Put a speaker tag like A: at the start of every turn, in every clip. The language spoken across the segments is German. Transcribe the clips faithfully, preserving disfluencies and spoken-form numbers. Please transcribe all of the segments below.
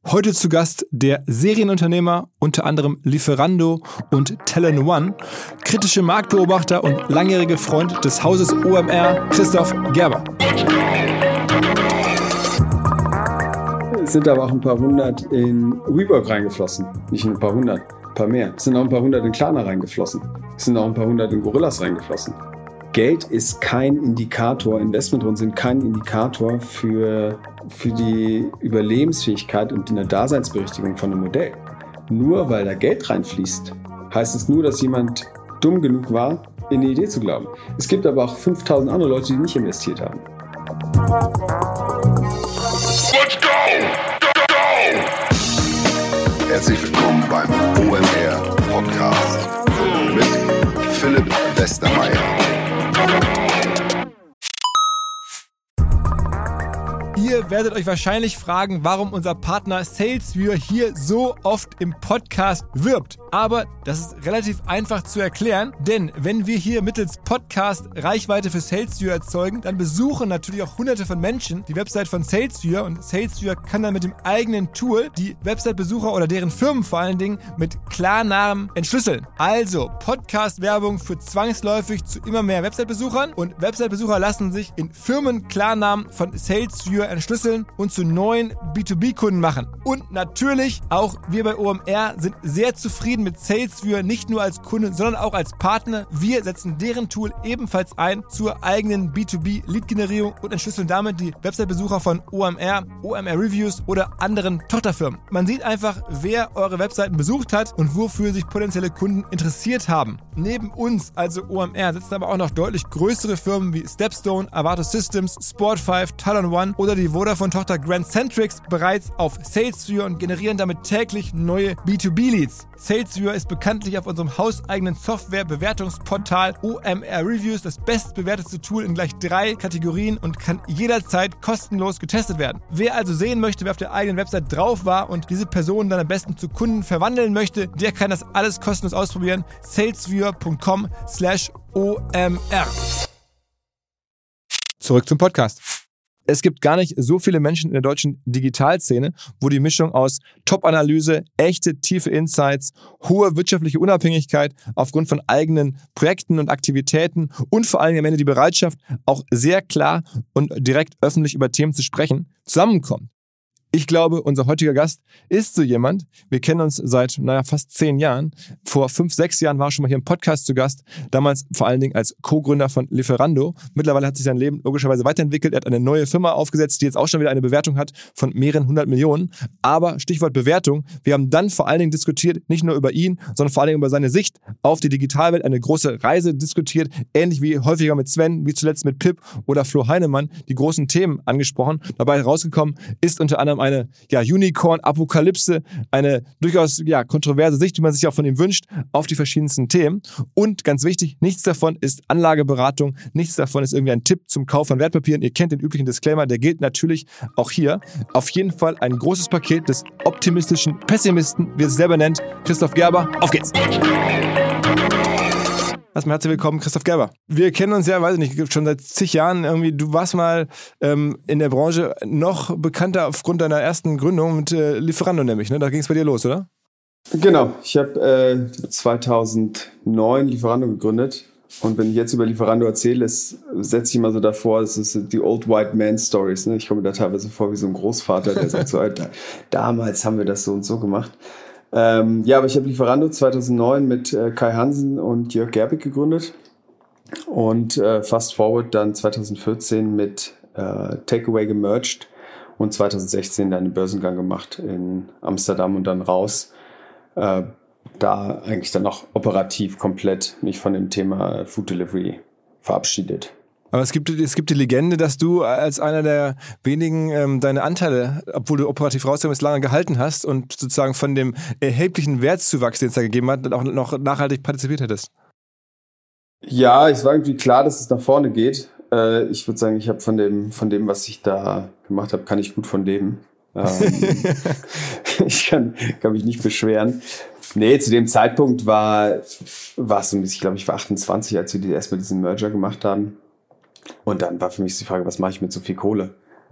A: Heute zu Gast der Serienunternehmer, unter anderem Lieferando und Talon One, kritische Marktbeobachter und langjährige Freund des Hauses O M R, Christoph Gerber.
B: Es sind aber auch ein paar hundert in WeWork reingeflossen. Nicht ein paar hundert, ein paar mehr. Es sind auch ein paar hundert in Klarna reingeflossen. Es sind auch ein paar hundert in Gorillas reingeflossen. Geld ist kein Indikator, Investmentrunden sind kein Indikator für, für die Überlebensfähigkeit und die Daseinsberechtigung von einem Modell. Nur weil da Geld reinfließt, heißt es nur, dass jemand dumm genug war, in die Idee zu glauben. Es gibt aber auch fünftausend andere Leute, die nicht investiert haben.
C: Let's go! Go, go! Herzlich willkommen beim O M R Podcast mit Philipp Westermeier.
A: Ihr werdet euch wahrscheinlich fragen, warum unser Partner SalesViewer hier so oft im Podcast wirbt. Aber das ist relativ einfach zu erklären, denn wenn wir hier mittels Podcast Reichweite für SalesViewer erzeugen, dann besuchen natürlich auch hunderte von Menschen die Website von SalesViewer und SalesViewer kann dann mit dem eigenen Tool die Website-Besucher oder deren Firmen vor allen Dingen mit Klarnamen entschlüsseln. Also Podcast-Werbung führt zwangsläufig zu immer mehr Website-Besuchern und Website-Besucher lassen sich in Firmen-Klarnamen von SalesViewer entschlüsseln und zu neuen B zwei B-Kunden machen. Und natürlich auch wir bei O M R sind sehr zufrieden mit SalesViewer, nicht nur als Kunde, sondern auch als Partner. Wir setzen deren Tool ebenfalls ein zur eigenen B zwei B-Lead-Generierung und entschlüsseln damit die Website-Besucher von O M R, O M R-Reviews oder anderen Tochterfirmen. Man sieht einfach, wer eure Webseiten besucht hat und wofür sich potenzielle Kunden interessiert haben. Neben uns, also O M R, sitzen aber auch noch deutlich größere Firmen wie Stepstone, Avato Systems, Sport fünf, Talon One oder die Vodafone-Tochter Grand Centrix bereits auf SalesViewer und generieren damit täglich neue B zwei B-Leads. SalesViewer ist bekanntlich auf unserem hauseigenen Software-Bewertungsportal O M R Reviews das bestbewertete Tool in gleich drei Kategorien und kann jederzeit kostenlos getestet werden. Wer also sehen möchte, wer auf der eigenen Website drauf war und diese Person dann am besten zu Kunden verwandeln möchte, der kann das alles kostenlos ausprobieren. salesviewer punkt com slash O M R. Zurück zum Podcast. Es gibt gar nicht so viele Menschen in der deutschen Digitalszene, wo die Mischung aus Top-Analyse, echte, tiefe Insights, hohe wirtschaftliche Unabhängigkeit aufgrund von eigenen Projekten und Aktivitäten und vor allem am Ende die Bereitschaft, auch sehr klar und direkt öffentlich über Themen zu sprechen, zusammenkommt. Ich glaube, unser heutiger Gast ist so jemand. Wir kennen uns seit, naja, fast zehn Jahren. Vor fünf, sechs Jahren war er schon mal hier im Podcast zu Gast. Damals vor allen Dingen als Co-Gründer von Lieferando. Mittlerweile hat sich sein Leben logischerweise weiterentwickelt. Er hat eine neue Firma aufgesetzt, die jetzt auch schon wieder eine Bewertung hat von mehreren hundert Millionen. Aber Stichwort Bewertung. Wir haben dann vor allen Dingen diskutiert, nicht nur über ihn, sondern vor allen Dingen über seine Sicht auf die Digitalwelt. Eine große Reise diskutiert. Ähnlich wie häufiger mit Sven, wie zuletzt mit Pip oder Flo Heinemann. Die großen Themen angesprochen. Dabei herausgekommen ist unter anderem eine ja, Unicorn-Apokalypse, eine durchaus ja, kontroverse Sicht, die man sich auch von ihm wünscht, auf die verschiedensten Themen. Und ganz wichtig, nichts davon ist Anlageberatung, nichts davon ist irgendwie ein Tipp zum Kauf von Wertpapieren. Ihr kennt den üblichen Disclaimer, der gilt natürlich auch hier. Auf jeden Fall ein großes Paket des optimistischen Pessimisten, wie er es selber nennt, Christoph Gerber. Auf geht's! Erstmal herzlich willkommen, Christoph Gerber. Wir kennen uns ja, weiß ich nicht, schon seit zig Jahren irgendwie. Du warst mal ähm, in der Branche noch bekannter aufgrund deiner ersten Gründung mit äh, Lieferando nämlich, ne? Da ging es bei dir los, oder?
B: Genau, ich habe äh, zweitausendneun Lieferando gegründet und wenn ich jetzt über Lieferando erzähle, setze ich immer so davor, es ist die Old White Man Stories. Ne? Ich komme mir da teilweise vor wie so ein Großvater, der sagt so, Alter, damals haben wir das so und so gemacht. Ähm, ja, aber ich habe Lieferando zweitausendneun mit äh, Kai Hansen und Jörg Gerbig gegründet und äh, fast forward dann zweitausendvierzehn mit äh, Takeaway gemerged und zweitausendsechzehn dann einen Börsengang gemacht in Amsterdam und dann raus. Äh, da eigentlich dann auch operativ komplett mich von dem Thema Food Delivery verabschiedet.
A: Aber es gibt, es gibt die Legende, dass du als einer der wenigen ähm, deine Anteile, obwohl du operativ rausgekommen bist, lange gehalten hast und sozusagen von dem erheblichen Wertzuwachs, den es da gegeben hat, auch noch nachhaltig partizipiert hättest.
B: Ja, es war irgendwie klar, dass es nach vorne geht. Äh, ich würde sagen, ich habe von dem, von dem, was ich da gemacht habe, kann ich gut von leben. Ähm, ich kann, kann mich nicht beschweren. Nee, zu dem Zeitpunkt war, war es so ein bisschen, ich glaube, ich war achtundzwanzig, als wir die, erstmal diesen Merger gemacht haben. Und dann war für mich die Frage, was mache ich mit so viel Kohle?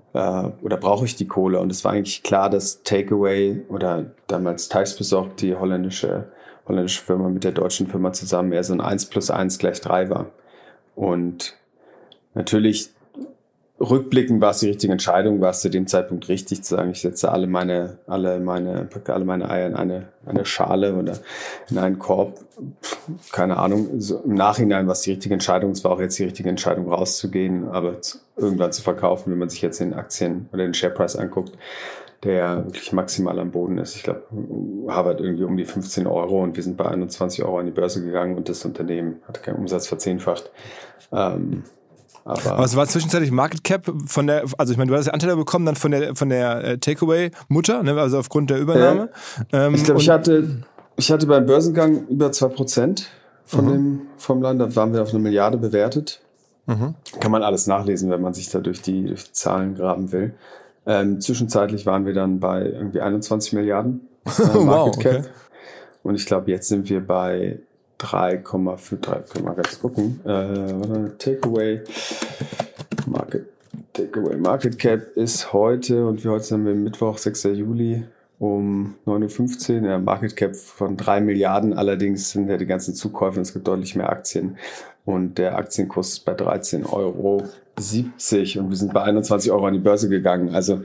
B: äh, oder brauche ich die Kohle? Und es war eigentlich klar, dass Takeaway oder damals Teichsbesorgt, die holländische, holländische Firma mit der deutschen Firma zusammen, eher so ein eins plus eins gleich drei war. Und natürlich rückblickend war es die richtige Entscheidung, war es zu dem Zeitpunkt richtig zu sagen, ich setze alle meine, alle meine, packe alle meine Eier in eine, eine Schale oder in einen Korb. Keine Ahnung. So im Nachhinein war es die richtige Entscheidung. Es war auch jetzt die richtige Entscheidung, rauszugehen, aber zu, irgendwann zu verkaufen, wenn man sich jetzt den Aktien oder den Share Price anguckt, der wirklich maximal am Boden ist. Ich glaube, Harvard irgendwie um die fünfzehn Euro und wir sind bei einundzwanzig Euro an die Börse gegangen und das Unternehmen hatte keinen Umsatz verzehnfacht. Ähm, Aber,
A: Aber es war zwischenzeitlich Market Cap von der, also ich meine, du hast ja Anteile bekommen dann von der von der äh, Takeaway-Mutter, ne, also aufgrund der Übernahme.
B: Äh,
A: ähm,
B: ich glaube, ich hatte, ich hatte beim Börsengang über zwei Prozent von mhm. dem, vom Land, da waren wir auf eine Milliarde bewertet. Mhm. Kann man alles nachlesen, wenn man sich da durch die, durch die Zahlen graben will. Ähm, zwischenzeitlich waren wir dann bei irgendwie einundzwanzig Milliarden äh, Market
A: wow,
B: Cap.
A: okay.
B: Und ich glaube, jetzt sind wir bei drei Komma fünf, drei, können wir mal ganz gucken. Äh, Takeaway Market, Takeaway Market Cap ist heute, und wir heute haben wir Mittwoch, sechster Juli um neun Uhr fünfzehn. Ja, Market Cap von drei Milliarden. Allerdings sind ja die ganzen Zukäufe und es gibt deutlich mehr Aktien. Und der Aktienkurs ist bei dreizehn Euro siebzig und wir sind bei einundzwanzig Euro an die Börse gegangen. Also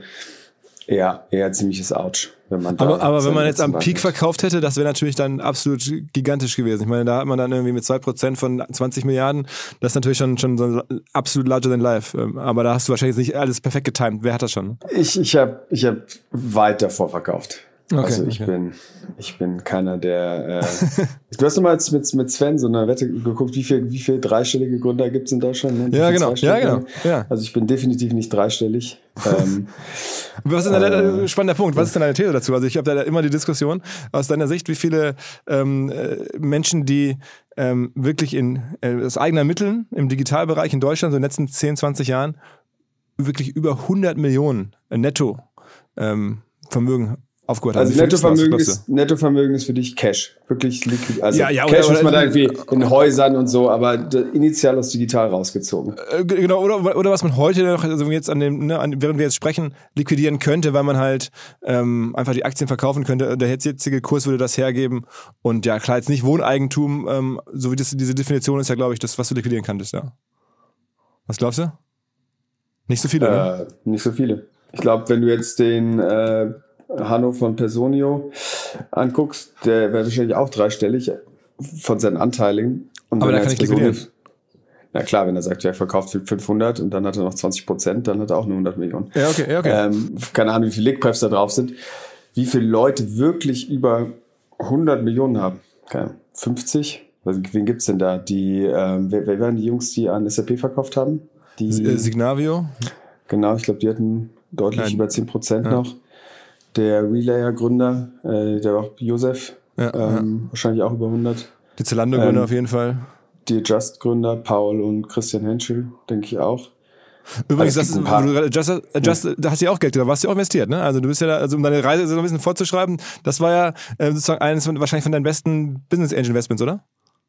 B: eher, eher ziemliches Ouch. Wenn man da
A: aber aber wenn man jetzt am Peak verkauft hätte, das wäre natürlich dann absolut gigantisch gewesen. Ich meine, da hat man dann irgendwie mit zwei Prozent von zwanzig Milliarden, das ist natürlich schon, schon so absolut larger than life. Aber da hast du wahrscheinlich nicht alles perfekt getimed. Wer hat das schon?
B: Ich, ich habe ich hab weit davor verkauft. Okay, also ich, okay. bin, ich bin keiner, der... Äh, du hast doch mal mit, mit Sven so eine Wette geguckt, wie viel, wie viel dreistellige Gründer gibt es in Deutschland? Ne?
A: Ja, genau. ja, genau. Ja.
B: Also ich bin definitiv nicht dreistellig. ähm,
A: Was ist denn der äh, spannender Punkt? Was ist denn deine These dazu? Also ich habe da immer die Diskussion aus deiner Sicht, wie viele ähm, Menschen, die ähm, wirklich in, äh, aus eigenen Mitteln im Digitalbereich in Deutschland so in den letzten zehn, zwanzig Jahren wirklich über hundert Millionen netto ähm, Vermögen aufgehört haben.
B: Also Nettovermögen ist, Nettovermögen ist für dich Cash. Wirklich liquid. Also
A: ja, ja,
B: Cash
A: oder,
B: ist man
A: oder,
B: da irgendwie in Häusern und so, aber initial aus digital rausgezogen.
A: Äh, genau, oder, oder was man heute noch, also jetzt an dem, ne, an, während wir jetzt sprechen, liquidieren könnte, weil man halt ähm, einfach die Aktien verkaufen könnte. Der jetzige Kurs würde das hergeben. Und ja, klar, jetzt nicht Wohneigentum, ähm, so wie das, diese Definition ist ja, glaube ich, das, was du liquidieren kanntest, ja. Was glaubst du? Nicht so viele,
B: äh,
A: ne?
B: Nicht so viele. Ich glaube, wenn du jetzt den äh, Hanno von Personio anguckst, der wäre wahrscheinlich auch dreistellig von seinen Anteilen. Und
A: aber da kann ich liquidieren.
B: Na klar, wenn er sagt, ja, er verkauft für fünfhundert und dann hat er noch zwanzig Prozent, dann hat er auch nur hundert Millionen.
A: Ja, okay, ja, okay.
B: Ähm, keine Ahnung, wie viele Liquidprefs da drauf sind. Wie viele Leute wirklich über hundert Millionen haben? Okay, fünfzig? Also, wen gibt's denn da? Die, ähm, wer, wer waren die Jungs, die an S A P verkauft haben? Die,
A: Signavio?
B: Genau, ich glaube, die hatten deutlich Nein. über zehn Prozent ja. noch. Der Relayer-Gründer, äh, der war Josef, ja, ähm, ja. wahrscheinlich auch über hundert.
A: Die Zalando-Gründer
B: ähm,
A: auf jeden Fall.
B: Die Just-Gründer, Paul und Christian Henschel, denke ich auch.
A: Übrigens, das ist, Just, Just, ja. da hast du ja auch Geld, da warst du auch investiert, ne? Also du bist ja da, also um deine Reise so ein bisschen vorzuschreiben, das war ja äh, sozusagen eines von, wahrscheinlich von deinen besten Business Angel Investments, oder?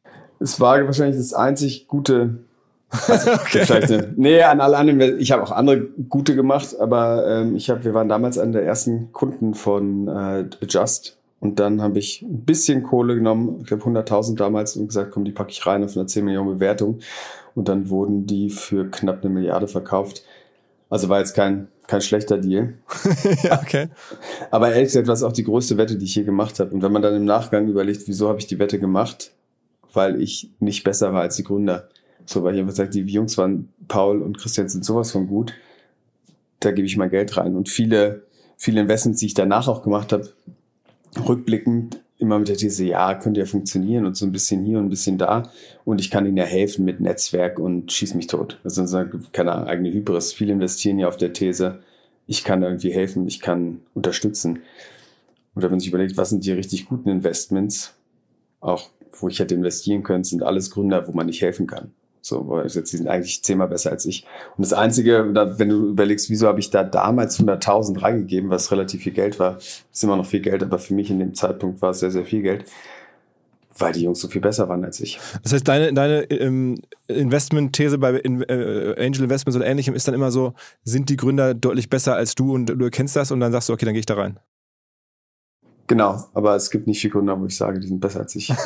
B: Es war wahrscheinlich das einzig gute. Also,
A: okay.
B: Vielleicht, nee, an alle anderen. Ich habe auch andere gute gemacht, aber ähm, ich habe, wir waren damals einer der ersten Kunden von äh, Just und dann habe ich ein bisschen Kohle genommen, ich glaube hunderttausend damals und gesagt, komm, die packe ich rein auf eine zehn Millionen Bewertung und dann wurden die für knapp eine Milliarde verkauft. Also war jetzt kein kein schlechter Deal.
A: Ja, okay.
B: Aber ehrlich gesagt war es auch die größte Wette, die ich je gemacht habe. Und wenn man dann im Nachgang überlegt, wieso habe ich die Wette gemacht? Weil ich nicht besser war als die Gründer. So, weil ich einfach sage, die Jungs waren, Paul und Christian sind sowas von gut, da gebe ich mein Geld rein. Und viele, viele Investments, die ich danach auch gemacht habe, rückblickend immer mit der These, ja, könnte ja funktionieren und so ein bisschen hier und ein bisschen da. Und ich kann ihnen ja helfen mit Netzwerk und schieß mich tot. Das ist keine eigene Hybris. Viele investieren ja auf der These, ich kann da irgendwie helfen, ich kann unterstützen. Und wenn man sich überlegt, was sind die richtig guten Investments, auch wo ich hätte investieren können, sind alles Gründer, wo man nicht helfen kann. So, weil jetzt, die sind eigentlich zehnmal besser als ich. Und das Einzige, wenn du überlegst, wieso habe ich da damals hunderttausend reingegeben, was relativ viel Geld war, ist immer noch viel Geld, aber für mich in dem Zeitpunkt war es sehr, sehr viel Geld, Weil die Jungs so viel besser waren als ich.
A: Das heißt, deine, deine ähm, Investment-These bei in, äh, Angel Investments oder Ähnlichem ist dann immer so, sind die Gründer deutlich besser als du und du erkennst das und dann sagst du, okay, dann gehe ich da rein.
B: Genau, aber es gibt nicht viele Gründer, wo ich sage, die sind besser als ich.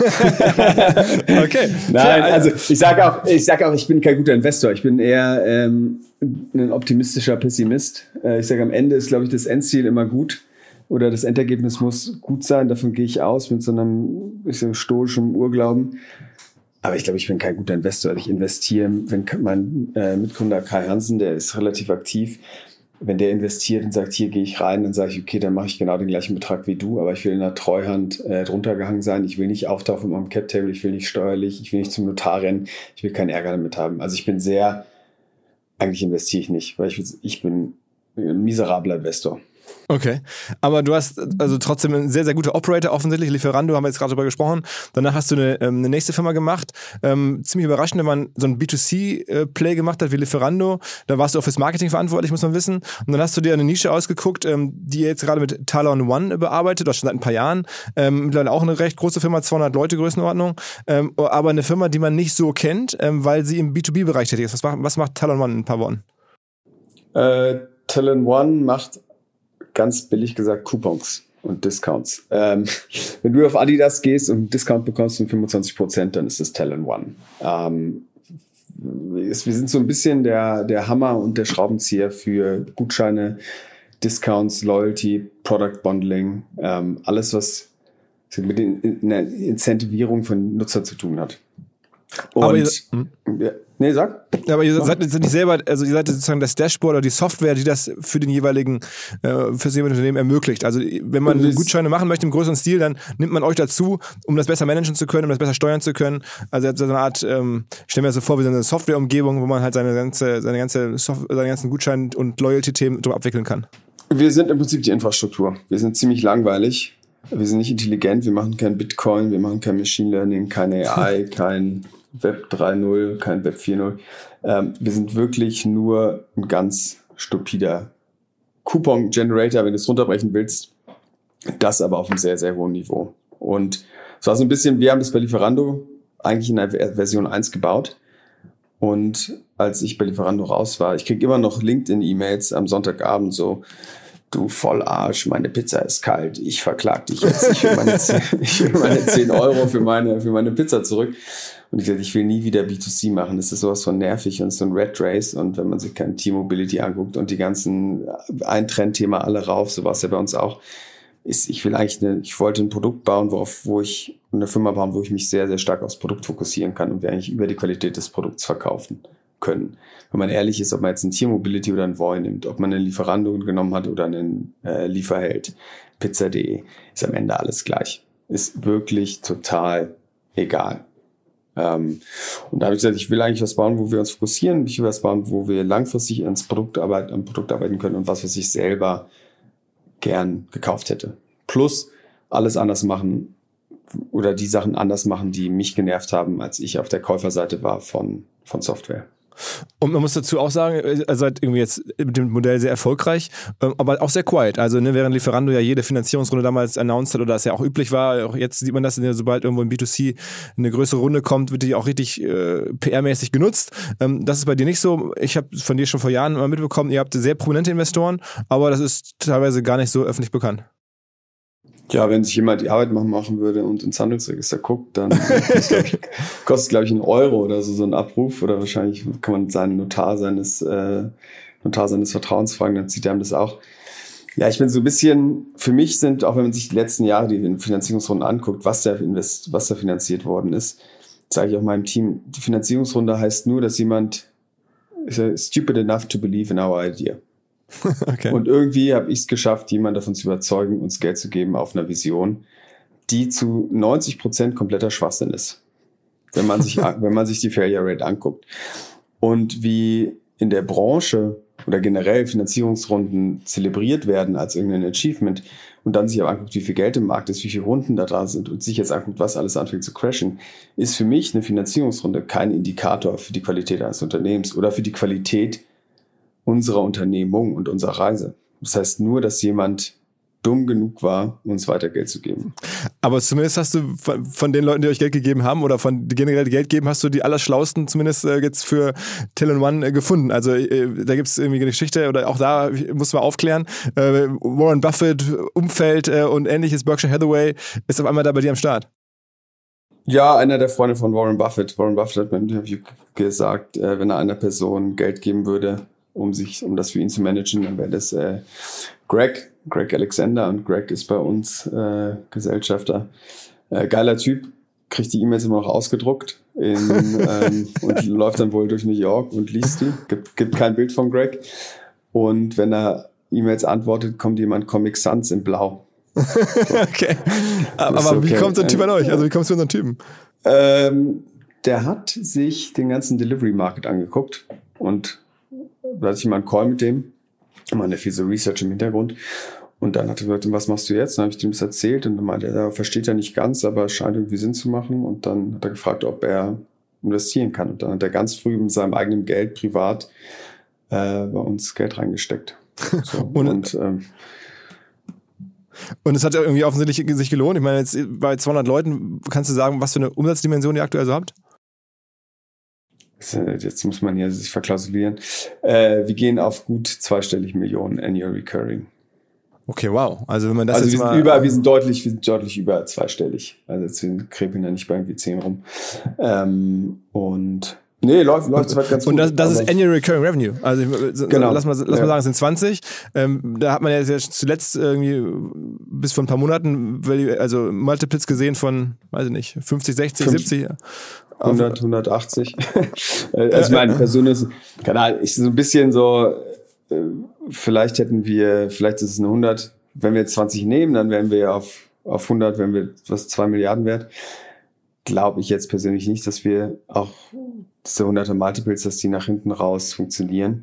A: Okay.
B: Nein, also ich sage auch, ich sage auch, ich bin kein guter Investor. Ich bin eher ähm, ein optimistischer Pessimist. Äh, ich sage, am Ende ist, glaube ich, das Endziel immer gut. Oder das Endergebnis muss gut sein, davon gehe ich aus, mit so einem bisschen stoischen Urglauben. Aber ich glaube, ich bin kein guter Investor. Ich investiere, wenn mein äh, Mitgründer Kai Hansen, der ist relativ aktiv, wenn der investiert und sagt, hier gehe ich rein, dann sage ich, okay, dann mache ich genau den gleichen Betrag wie du, aber ich will in der Treuhand äh, drunter gehangen sein. Ich will nicht auftauchen am Cap-Table, ich will nicht steuerlich, ich will nicht zum Notar rennen, ich will keinen Ärger damit haben. Also ich bin sehr, eigentlich investiere ich nicht, weil ich, ich bin ein miserabler Investor.
A: Okay, aber du hast also trotzdem ein sehr, sehr guter Operator offensichtlich, Lieferando, haben wir jetzt gerade drüber gesprochen. Danach hast du eine, ähm, eine nächste Firma gemacht. Ähm, ziemlich überraschend, wenn man so ein B zwei C-Play gemacht hat wie Lieferando. Da warst du auch fürs Marketing verantwortlich, muss man wissen. Und dann hast du dir eine Nische ausgeguckt, ähm, die ihr jetzt gerade mit Talon One bearbeitet, das schon seit ein paar Jahren. Ähm, mittlerweile auch eine recht große Firma, zweihundert Leute Größenordnung. Ähm, aber eine Firma, die man nicht so kennt, ähm, weil sie im B zwei B-Bereich tätig ist. Was macht, was macht Talon One in ein paar Worten?
B: Äh, Talon One macht ganz billig gesagt Coupons und Discounts. Ähm, wenn du auf Adidas gehst und einen Discount bekommst von fünfundzwanzig Prozent, dann ist das Talon One. Ähm, wir sind so ein bisschen der, der Hammer und der Schraubenzieher für Gutscheine, Discounts, Loyalty, Product Bundling, ähm, alles, was mit der Incentivierung von Nutzer zu tun hat. Und
A: aber ihr, hm?
B: ja, nee, sag.
A: Ja, aber ihr seid nicht selber, also ihr seid sozusagen das Dashboard oder die Software, die das für den jeweiligen, äh, für das jeweilige Unternehmen ermöglicht. Also wenn man Gutscheine machen möchte im größeren Stil, dann nimmt man euch dazu, um das besser managen zu können, um das besser steuern zu können. Also ihr habt so eine Art, ähm, ich stelle mir das so vor, wie so eine Softwareumgebung, wo man halt seine ganze, seine ganze Soft- seine ganzen Gutschein- und Loyalty-Themen drüber abwickeln kann. Wir
B: sind im Prinzip die Infrastruktur. Wir sind ziemlich langweilig. Wir sind nicht intelligent. Wir machen kein Bitcoin, wir machen kein Machine Learning, kein A I, kein Web drei Punkt null, kein Web vier Punkt null. Ähm, wir sind wirklich nur ein ganz stupider Coupon-Generator, wenn du es runterbrechen willst. Das aber auf einem sehr, sehr hohen Niveau. Und es war so ein bisschen, wir haben das bei Lieferando eigentlich in der Version eins gebaut. Und als ich bei Lieferando raus war, ich kriege immer noch LinkedIn-E-Mails am Sonntagabend so, du Vollarsch, meine Pizza ist kalt, ich verklag dich jetzt, ich will meine, ich will meine zehn Euro für meine, für meine Pizza zurück. Und ich dachte, ich will nie wieder B zwei C machen, das ist sowas von nervig und so ein Red Race. Und wenn man sich kein T-Mobility anguckt und die ganzen ein Trendthema alle rauf, so war es ja bei uns auch, ist, ich will eigentlich eine, ich wollte ein Produkt bauen, worauf, wo ich, eine Firma bauen, wo ich mich sehr, sehr stark aufs Produkt fokussieren kann und wir eigentlich über die Qualität des Produkts verkaufen können. Wenn man ehrlich ist, ob man jetzt ein Tier-Mobility oder ein Voy nimmt, ob man einen Lieferando genommen hat oder einen äh, Lieferheld, Pizza punkt de, ist am Ende alles gleich. Ist wirklich total egal. Ähm, und da habe ich gesagt, ich will eigentlich was bauen, wo wir uns fokussieren, ich will was bauen, wo wir langfristig ans Produkt arbeiten, am Produkt arbeiten können und was, was ich selber gern gekauft hätte. Plus alles anders machen oder die Sachen anders machen, die mich genervt haben, als ich auf der Käuferseite war von, von Software.
A: Und man muss dazu auch sagen, ihr seid irgendwie jetzt mit dem Modell sehr erfolgreich, aber auch sehr quiet. Also ne, während Lieferando ja jede Finanzierungsrunde damals announced hat oder das ja auch üblich war, auch jetzt sieht man das, sobald irgendwo im B zwei C eine größere Runde kommt, wird die auch richtig äh, P R-mäßig genutzt. Ähm, das ist bei dir nicht so. Ich habe von dir schon vor Jahren mal mitbekommen, ihr habt sehr prominente Investoren, aber das ist teilweise gar nicht so öffentlich bekannt.
B: Ja, wenn sich jemand die Arbeit machen, machen würde und ins Handelsregister guckt, dann kostet, glaube ich, kostet, glaube ich, einen Euro oder so, so ein Abruf. Oder wahrscheinlich kann man seinen Notar seines, äh, Notar seines Vertrauens fragen, dann zieht er das auch. Ja, ich bin so ein bisschen, für mich sind, auch wenn man sich die letzten Jahre die Finanzierungsrunden anguckt, was da, invest, was da finanziert worden ist, sage ich auch meinem Team, die Finanzierungsrunde heißt nur, dass jemand ist stupid enough to believe in our idea. Okay. Und irgendwie habe ich es geschafft, jemanden davon zu überzeugen, uns Geld zu geben auf einer Vision, die zu neunzig Prozent kompletter Schwachsinn ist, wenn man sich, wenn man sich die Failure Rate anguckt. Und wie in der Branche oder generell Finanzierungsrunden zelebriert werden als irgendein Achievement und dann sich aber anguckt, wie viel Geld im Markt ist, wie viele Runden da dran sind und sich jetzt anguckt, was alles anfängt zu crashen, ist für mich eine Finanzierungsrunde kein Indikator für die Qualität eines Unternehmens oder für die Qualität unserer Unternehmung und unserer Reise. Das heißt nur, dass jemand dumm genug war, uns weiter Geld zu geben.
A: Aber zumindest hast du von, von den Leuten, die euch Geld gegeben haben oder von die generell Geld geben, hast du die allerschlausten zumindest äh, jetzt für Till and One äh, gefunden. Also äh, da gibt es irgendwie eine Geschichte oder auch da muss man aufklären. Äh, Warren Buffett, Umfeld äh, und ähnliches, Berkshire Hathaway ist auf einmal da bei dir am Start.
B: Ja, einer der Freunde von Warren Buffett. Warren Buffett hat beim Interview gesagt, äh, wenn er einer Person Geld geben würde, um sich, um das für ihn zu managen, dann wäre das äh, Greg, Greg Alexander, und Greg ist bei uns äh, Gesellschafter. Äh, geiler Typ, kriegt die E-Mails immer noch ausgedruckt in, ähm, und läuft dann wohl durch New York und liest die. Gibt, gibt kein Bild von Greg. Und wenn er E-Mails antwortet, kommt jemand Comic Sans in Blau. So.
A: Okay. Aber
B: okay.
A: Wie kommt so ein Typ an euch? Also wie kommst du an so einen Typen?
B: Ähm, der hat sich den ganzen Delivery Market angeguckt und da hatte ich mal einen Call mit dem, mal viel so Research im Hintergrund, und dann hat er gesagt, was machst du jetzt? Dann habe ich ihm das erzählt und dann meinte er, er versteht ja nicht ganz, aber es scheint irgendwie Sinn zu machen, und dann hat er gefragt, ob er investieren kann, und dann hat er ganz früh mit seinem eigenen Geld privat äh, bei uns Geld reingesteckt. So,
A: und
B: und ähm,
A: Und es hat ja irgendwie offensichtlich sich gelohnt. Ich meine, jetzt bei zweihundert Leuten, kannst du sagen, was für eine Umsatzdimension ihr aktuell so habt?
B: Jetzt muss man hier sich verklausulieren. Äh, wir gehen auf gut zweistellig Millionen Annual Recurring.
A: Okay, wow. Also wenn man das
B: also
A: jetzt
B: wir sind
A: mal...
B: Über, wir, sind deutlich, wir sind deutlich über zweistellig. Also jetzt krepeln ja nicht bei irgendwie zehn rum. Ähm, und... Nee, läuft, läuft soweit ganz gut.
A: Und das, das ist Annual Recurring Revenue. Also
B: genau.
A: lass mal, lass mal
B: ja.
A: sagen, es sind zwanzig. Ähm, da hat man ja zuletzt irgendwie bis vor ein paar Monaten also Multiples gesehen von, weiß ich nicht, fünfzig, sechzig, Fünf, siebzig.
B: hundert, hundertachtzig. Also meine Person ist, keine Ahnung, ist so ein bisschen so, vielleicht hätten wir, vielleicht ist es eine hundert, wenn wir jetzt zwanzig nehmen, dann wären wir auf, auf hundert, wenn wir was zwei Milliarden wert. Glaube ich jetzt persönlich nicht, dass wir auch diese hunderte Multiples, dass die nach hinten raus funktionieren.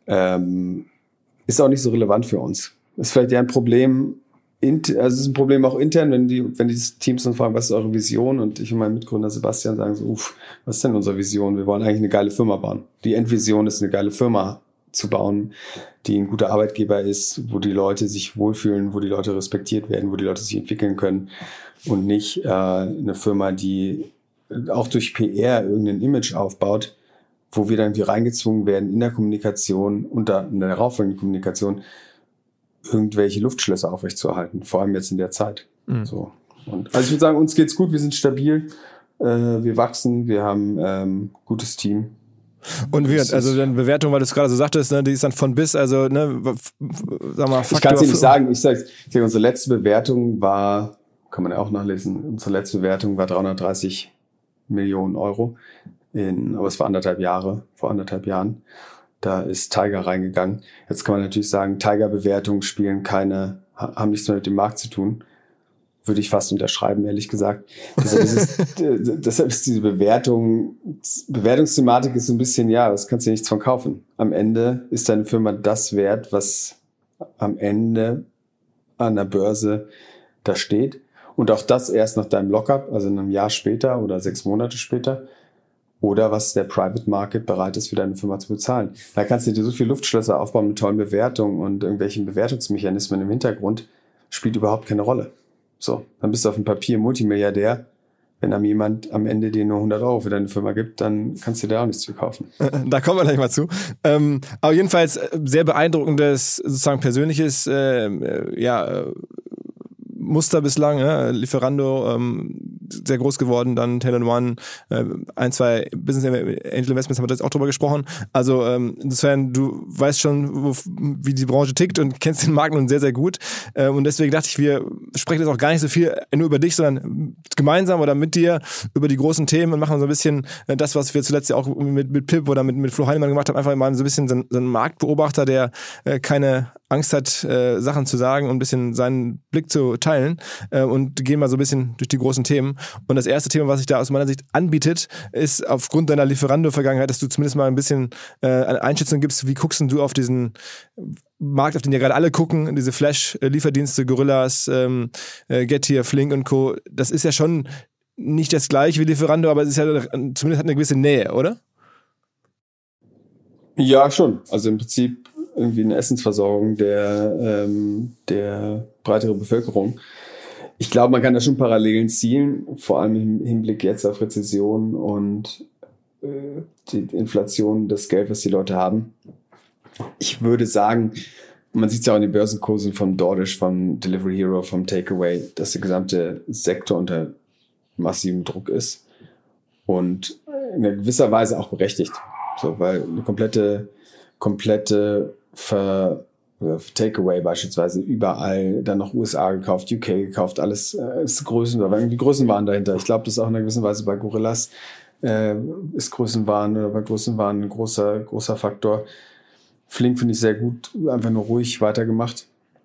B: Ähm, ist auch nicht so relevant für uns. Ist vielleicht eher ein Problem, also es ist ein Problem auch intern, wenn die, wenn die Teams dann fragen, was ist eure Vision? Und ich und mein Mitgründer Sebastian sagen so, uff, was ist denn unsere Vision? Wir wollen eigentlich eine geile Firma bauen. Die Endvision ist, eine geile Firma zu bauen, die ein guter Arbeitgeber ist, wo die Leute sich wohlfühlen, wo die Leute respektiert werden, wo die Leute sich entwickeln können, und nicht äh, eine Firma, die auch durch P R irgendein Image aufbaut, wo wir dann irgendwie reingezwungen werden, in der Kommunikation und in der darauffolgenden Kommunikation irgendwelche Luftschlösser aufrechtzuerhalten, vor allem jetzt in der Zeit. Mhm. So. Und, also ich würde sagen, uns geht's gut, wir sind stabil, äh, wir wachsen, wir haben ähm, gutes Team.
A: Und wie, also deine Bewertung, weil du es gerade so sagtest, ne, die ist dann von bis, also ne, sag mal, Faktor.
B: Ich kann es dir nicht sagen, ich sage, ich sag, unsere letzte Bewertung war, kann man ja auch nachlesen, unsere letzte Bewertung war dreihundertdreißig Millionen Euro, in, aber es war anderthalb Jahre, vor anderthalb Jahren. Da ist Tiger reingegangen. Jetzt kann man natürlich sagen, Tiger-Bewertungen spielen keine, haben nichts mehr mit dem Markt zu tun. Würde ich fast unterschreiben, ehrlich gesagt. Deshalb ist, es, deshalb ist diese Bewertung, Bewertungsthematik ist so ein bisschen, ja, das kannst du ja nichts von kaufen. Am Ende ist deine Firma das wert, was am Ende an der Börse da steht. Und auch das erst nach deinem Lockup, also in einem Jahr später oder sechs Monate später. Oder was der Private Market bereit ist, für deine Firma zu bezahlen. Da kannst du dir so viele Luftschlösser aufbauen mit tollen Bewertungen und irgendwelchen Bewertungsmechanismen im Hintergrund. Spielt überhaupt keine Rolle. So, dann bist du auf dem Papier Multimilliardär. Wenn einem jemand am Ende dir nur hundert Euro für deine Firma gibt, dann kannst du dir auch nichts zu kaufen.
A: Da kommen wir gleich mal zu. Ähm, aber jedenfalls sehr beeindruckendes, sozusagen persönliches, äh, ja, äh, Muster bislang, ja, Lieferando, ähm, sehr groß geworden, dann Till and One, äh, ein, zwei Business Angel Investments haben wir jetzt auch drüber gesprochen. Also ähm, insofern, du weißt schon, wo, wie die Branche tickt und kennst den Markt nun sehr, sehr gut. Ähm, und deswegen dachte ich, wir sprechen jetzt auch gar nicht so viel nur über dich, sondern gemeinsam oder mit dir über die großen Themen und machen so ein bisschen äh, das, was wir zuletzt ja auch mit, mit Pip oder mit, mit Flo Heinemann gemacht haben, einfach mal so ein bisschen so ein, so ein Marktbeobachter, der äh, keine Angst hat, äh, Sachen zu sagen und ein bisschen seinen Blick zu teilen äh, und gehen mal so ein bisschen durch die großen Themen. Und das erste Thema, was sich da aus meiner Sicht anbietet, ist aufgrund deiner Lieferando-Vergangenheit, dass du zumindest mal ein bisschen äh, eine Einschätzung gibst, wie guckst du auf diesen Markt, auf den ja gerade alle gucken, diese Flash-Lieferdienste, Gorillas, ähm, äh, Getir, Flink und Co. Das ist ja schon nicht das gleiche wie Lieferando, aber es ist ja zumindest hat eine gewisse Nähe, oder?
B: Ja, schon. Also im Prinzip irgendwie eine Essensversorgung der, ähm, der breiteren Bevölkerung. Ich glaube, man kann da schon Parallelen ziehen, vor allem im Hinblick jetzt auf Rezession und äh, die Inflation, das Geld, was die Leute haben. Ich würde sagen, man sieht es ja auch in den Börsenkursen von DoorDash, vom Delivery Hero, vom Takeaway, dass der gesamte Sektor unter massivem Druck ist und in gewisser Weise auch berechtigt. So, weil eine komplette, komplette Ver Takeaway beispielsweise überall, dann noch U S A gekauft, U K gekauft, alles äh, ist Größen, da waren irgendwie Größenwahn dahinter. Ich glaube, das ist auch in einer gewissen Weise bei Gorillas äh, ist Größenwahn oder bei Größenwahn ein großer, großer Faktor. Flink finde ich sehr gut, einfach nur ruhig weitergemacht.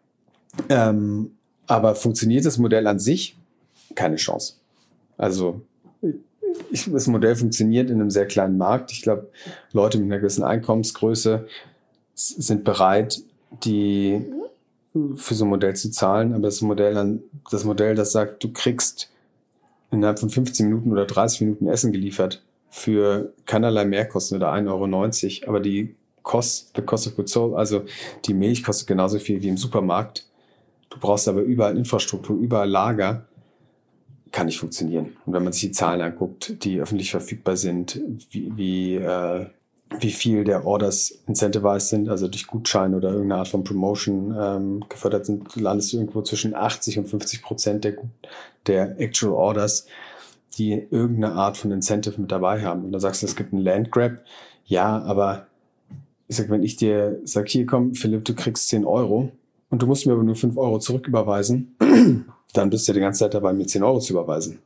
B: Ähm, aber funktioniert das Modell an sich? Keine Chance. Also ich, das Modell funktioniert in einem sehr kleinen Markt. Ich glaube, Leute mit einer gewissen Einkommensgröße sind bereit, die für so ein Modell zu zahlen, aber das Modell dann, das Modell, das sagt, du kriegst innerhalb von fünfzehn Minuten oder dreißig Minuten Essen geliefert für keinerlei Mehrkosten oder ein Euro neunzig, aber die Cost, the cost of goods sold, also die Milch kostet genauso viel wie im Supermarkt. Du brauchst aber überall Infrastruktur, überall Lager, kann nicht funktionieren. Und wenn man sich die Zahlen anguckt, die öffentlich verfügbar sind, wie, wie äh, wie viel der Orders incentivized sind, also durch Gutscheine oder irgendeine Art von Promotion ähm, gefördert sind, landest du irgendwo zwischen achtzig und fünfzig Prozent der, der Actual Orders, die irgendeine Art von Incentive mit dabei haben. Und da sagst du, es gibt einen Landgrab. Ja, aber ich sag, wenn ich dir sag, hier komm, Philipp, du kriegst zehn Euro und du musst mir aber nur fünf Euro zurücküberweisen, dann bist du die ganze Zeit dabei, mir zehn Euro zu überweisen.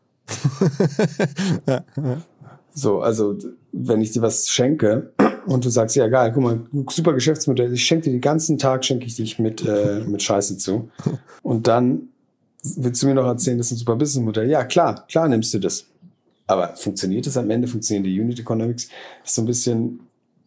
B: ja, ja. So, also wenn ich dir was schenke und du sagst, ja geil, guck mal, super Geschäftsmodell, ich schenke dir den ganzen Tag, schenke ich dich mit, äh, mit Scheiße zu. Und dann willst du mir noch erzählen, das ist ein super Businessmodell. Ja, klar, klar nimmst du das. Aber funktioniert es am Ende? Funktionieren die Unit Economics? Das ist so ein bisschen,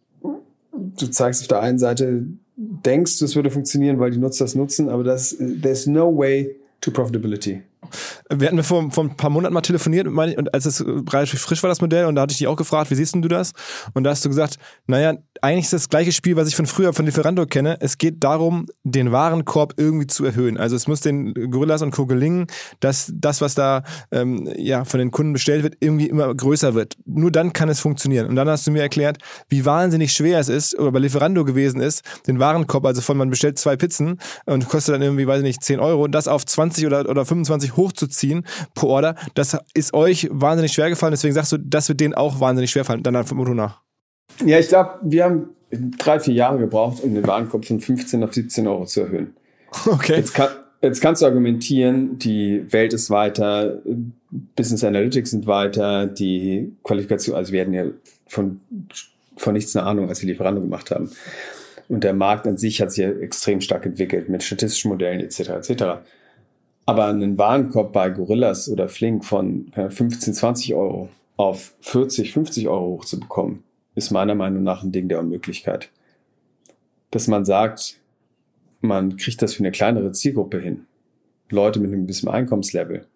B: du zeigst auf der einen Seite, denkst du, es würde funktionieren, weil die Nutzer das nutzen, aber das, there's no way to profitability.
A: Wir hatten vor, vor ein paar Monaten mal telefoniert, und als es relativ frisch war, das Modell, und da hatte ich dich auch gefragt, wie siehst denn du das? Und da hast du gesagt, naja, eigentlich ist das gleiche Spiel, was ich von früher von Lieferando kenne. Es geht darum, den Warenkorb irgendwie zu erhöhen. Also es muss den Gorillas und Co. gelingen, dass das, was da ähm, ja, von den Kunden bestellt wird, irgendwie immer größer wird. Nur dann kann es funktionieren. Und dann hast du mir erklärt, wie wahnsinnig schwer es ist, oder bei Lieferando gewesen ist, den Warenkorb, also von man bestellt zwei Pizzen und kostet dann irgendwie, weiß ich nicht, zehn Euro, das auf zwanzig oder, oder fünfundzwanzig hochzuziehen pro Order, das ist euch wahnsinnig schwer gefallen, deswegen sagst du, das wird denen auch wahnsinnig schwer fallen, dann vom Motto nach.
B: Ja, ich glaube, wir haben drei, vier Jahre gebraucht, um den Warenkorb von fünfzehn auf siebzehn Euro zu erhöhen.
A: Okay.
B: Jetzt, kann, jetzt kannst du argumentieren, die Welt ist weiter, Business Analytics sind weiter, die Qualifikation, also wir hatten ja von, von nichts eine Ahnung, als wir Lieferando gemacht haben. Und der Markt an sich hat sich ja extrem stark entwickelt mit statistischen Modellen et cetera et cetera. Aber einen Warenkorb bei Gorillas oder Flink von fünfzehn, zwanzig Euro auf vierzig, fünfzig Euro hochzubekommen, ist meiner Meinung nach ein Ding der Unmöglichkeit. Dass man sagt, man kriegt das für eine kleinere Zielgruppe hin. Leute mit einem gewissen Einkommenslevel.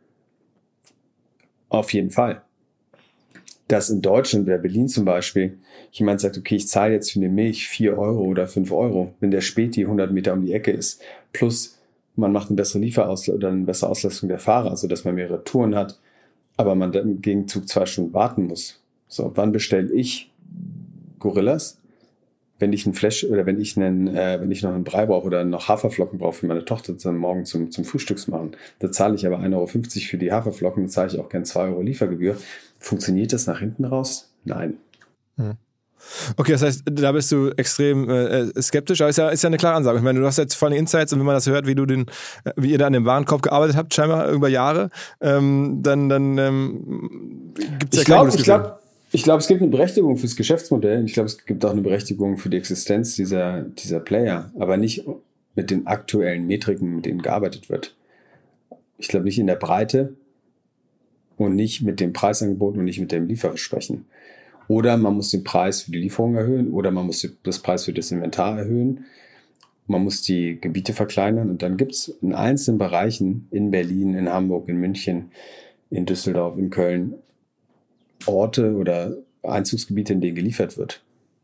B: Auf jeden Fall. Dass in Deutschland oder Berlin zum Beispiel jemand sagt, okay, ich zahle jetzt für eine Milch vier Euro oder fünf Euro, wenn der Späti hundert Meter um die Ecke ist, plus man macht eine bessere Lieferauslastung oder eine bessere Auslastung der Fahrer, sodass man mehrere Touren hat, aber man dann im Gegenzug zwei Stunden warten muss. So, wann bestelle ich Gorillas? Wenn ich ein Flash oder wenn ich einen, äh, wenn ich noch einen Brei brauche oder noch Haferflocken brauche für meine Tochter dann morgen zum, zum Frühstücks machen, da zahle ich aber ein Euro fünfzig für die Haferflocken, da zahle ich auch gern zwei Euro Liefergebühr. Funktioniert das nach hinten raus? Nein.
A: Hm. Okay, das heißt, da bist du extrem äh, skeptisch, aber ist ja, ist ja eine klare Ansage. Ich meine, du hast jetzt vor allem Insights und wenn man das hört, wie du den, wie ihr da an dem Warenkorb gearbeitet habt, scheinbar über Jahre, ähm, dann, dann ähm, gibt es ja kein gutes Gefühl.
B: Ich glaube, ich glaube, es gibt eine Berechtigung fürs Geschäftsmodell. Ich glaube, es gibt auch eine Berechtigung für die Existenz dieser, dieser Player, aber nicht mit den aktuellen Metriken, mit denen gearbeitet wird. Ich glaube nicht in der Breite und nicht mit dem Preisangebot und nicht mit dem Lieferversprechen. Oder man muss den Preis für die Lieferung erhöhen oder man muss das Preis für das Inventar erhöhen. Man muss die Gebiete verkleinern und dann gibt es in einzelnen Bereichen in Berlin, in Hamburg, in München, in Düsseldorf, in Köln Orte oder Einzugsgebiete, in denen geliefert wird.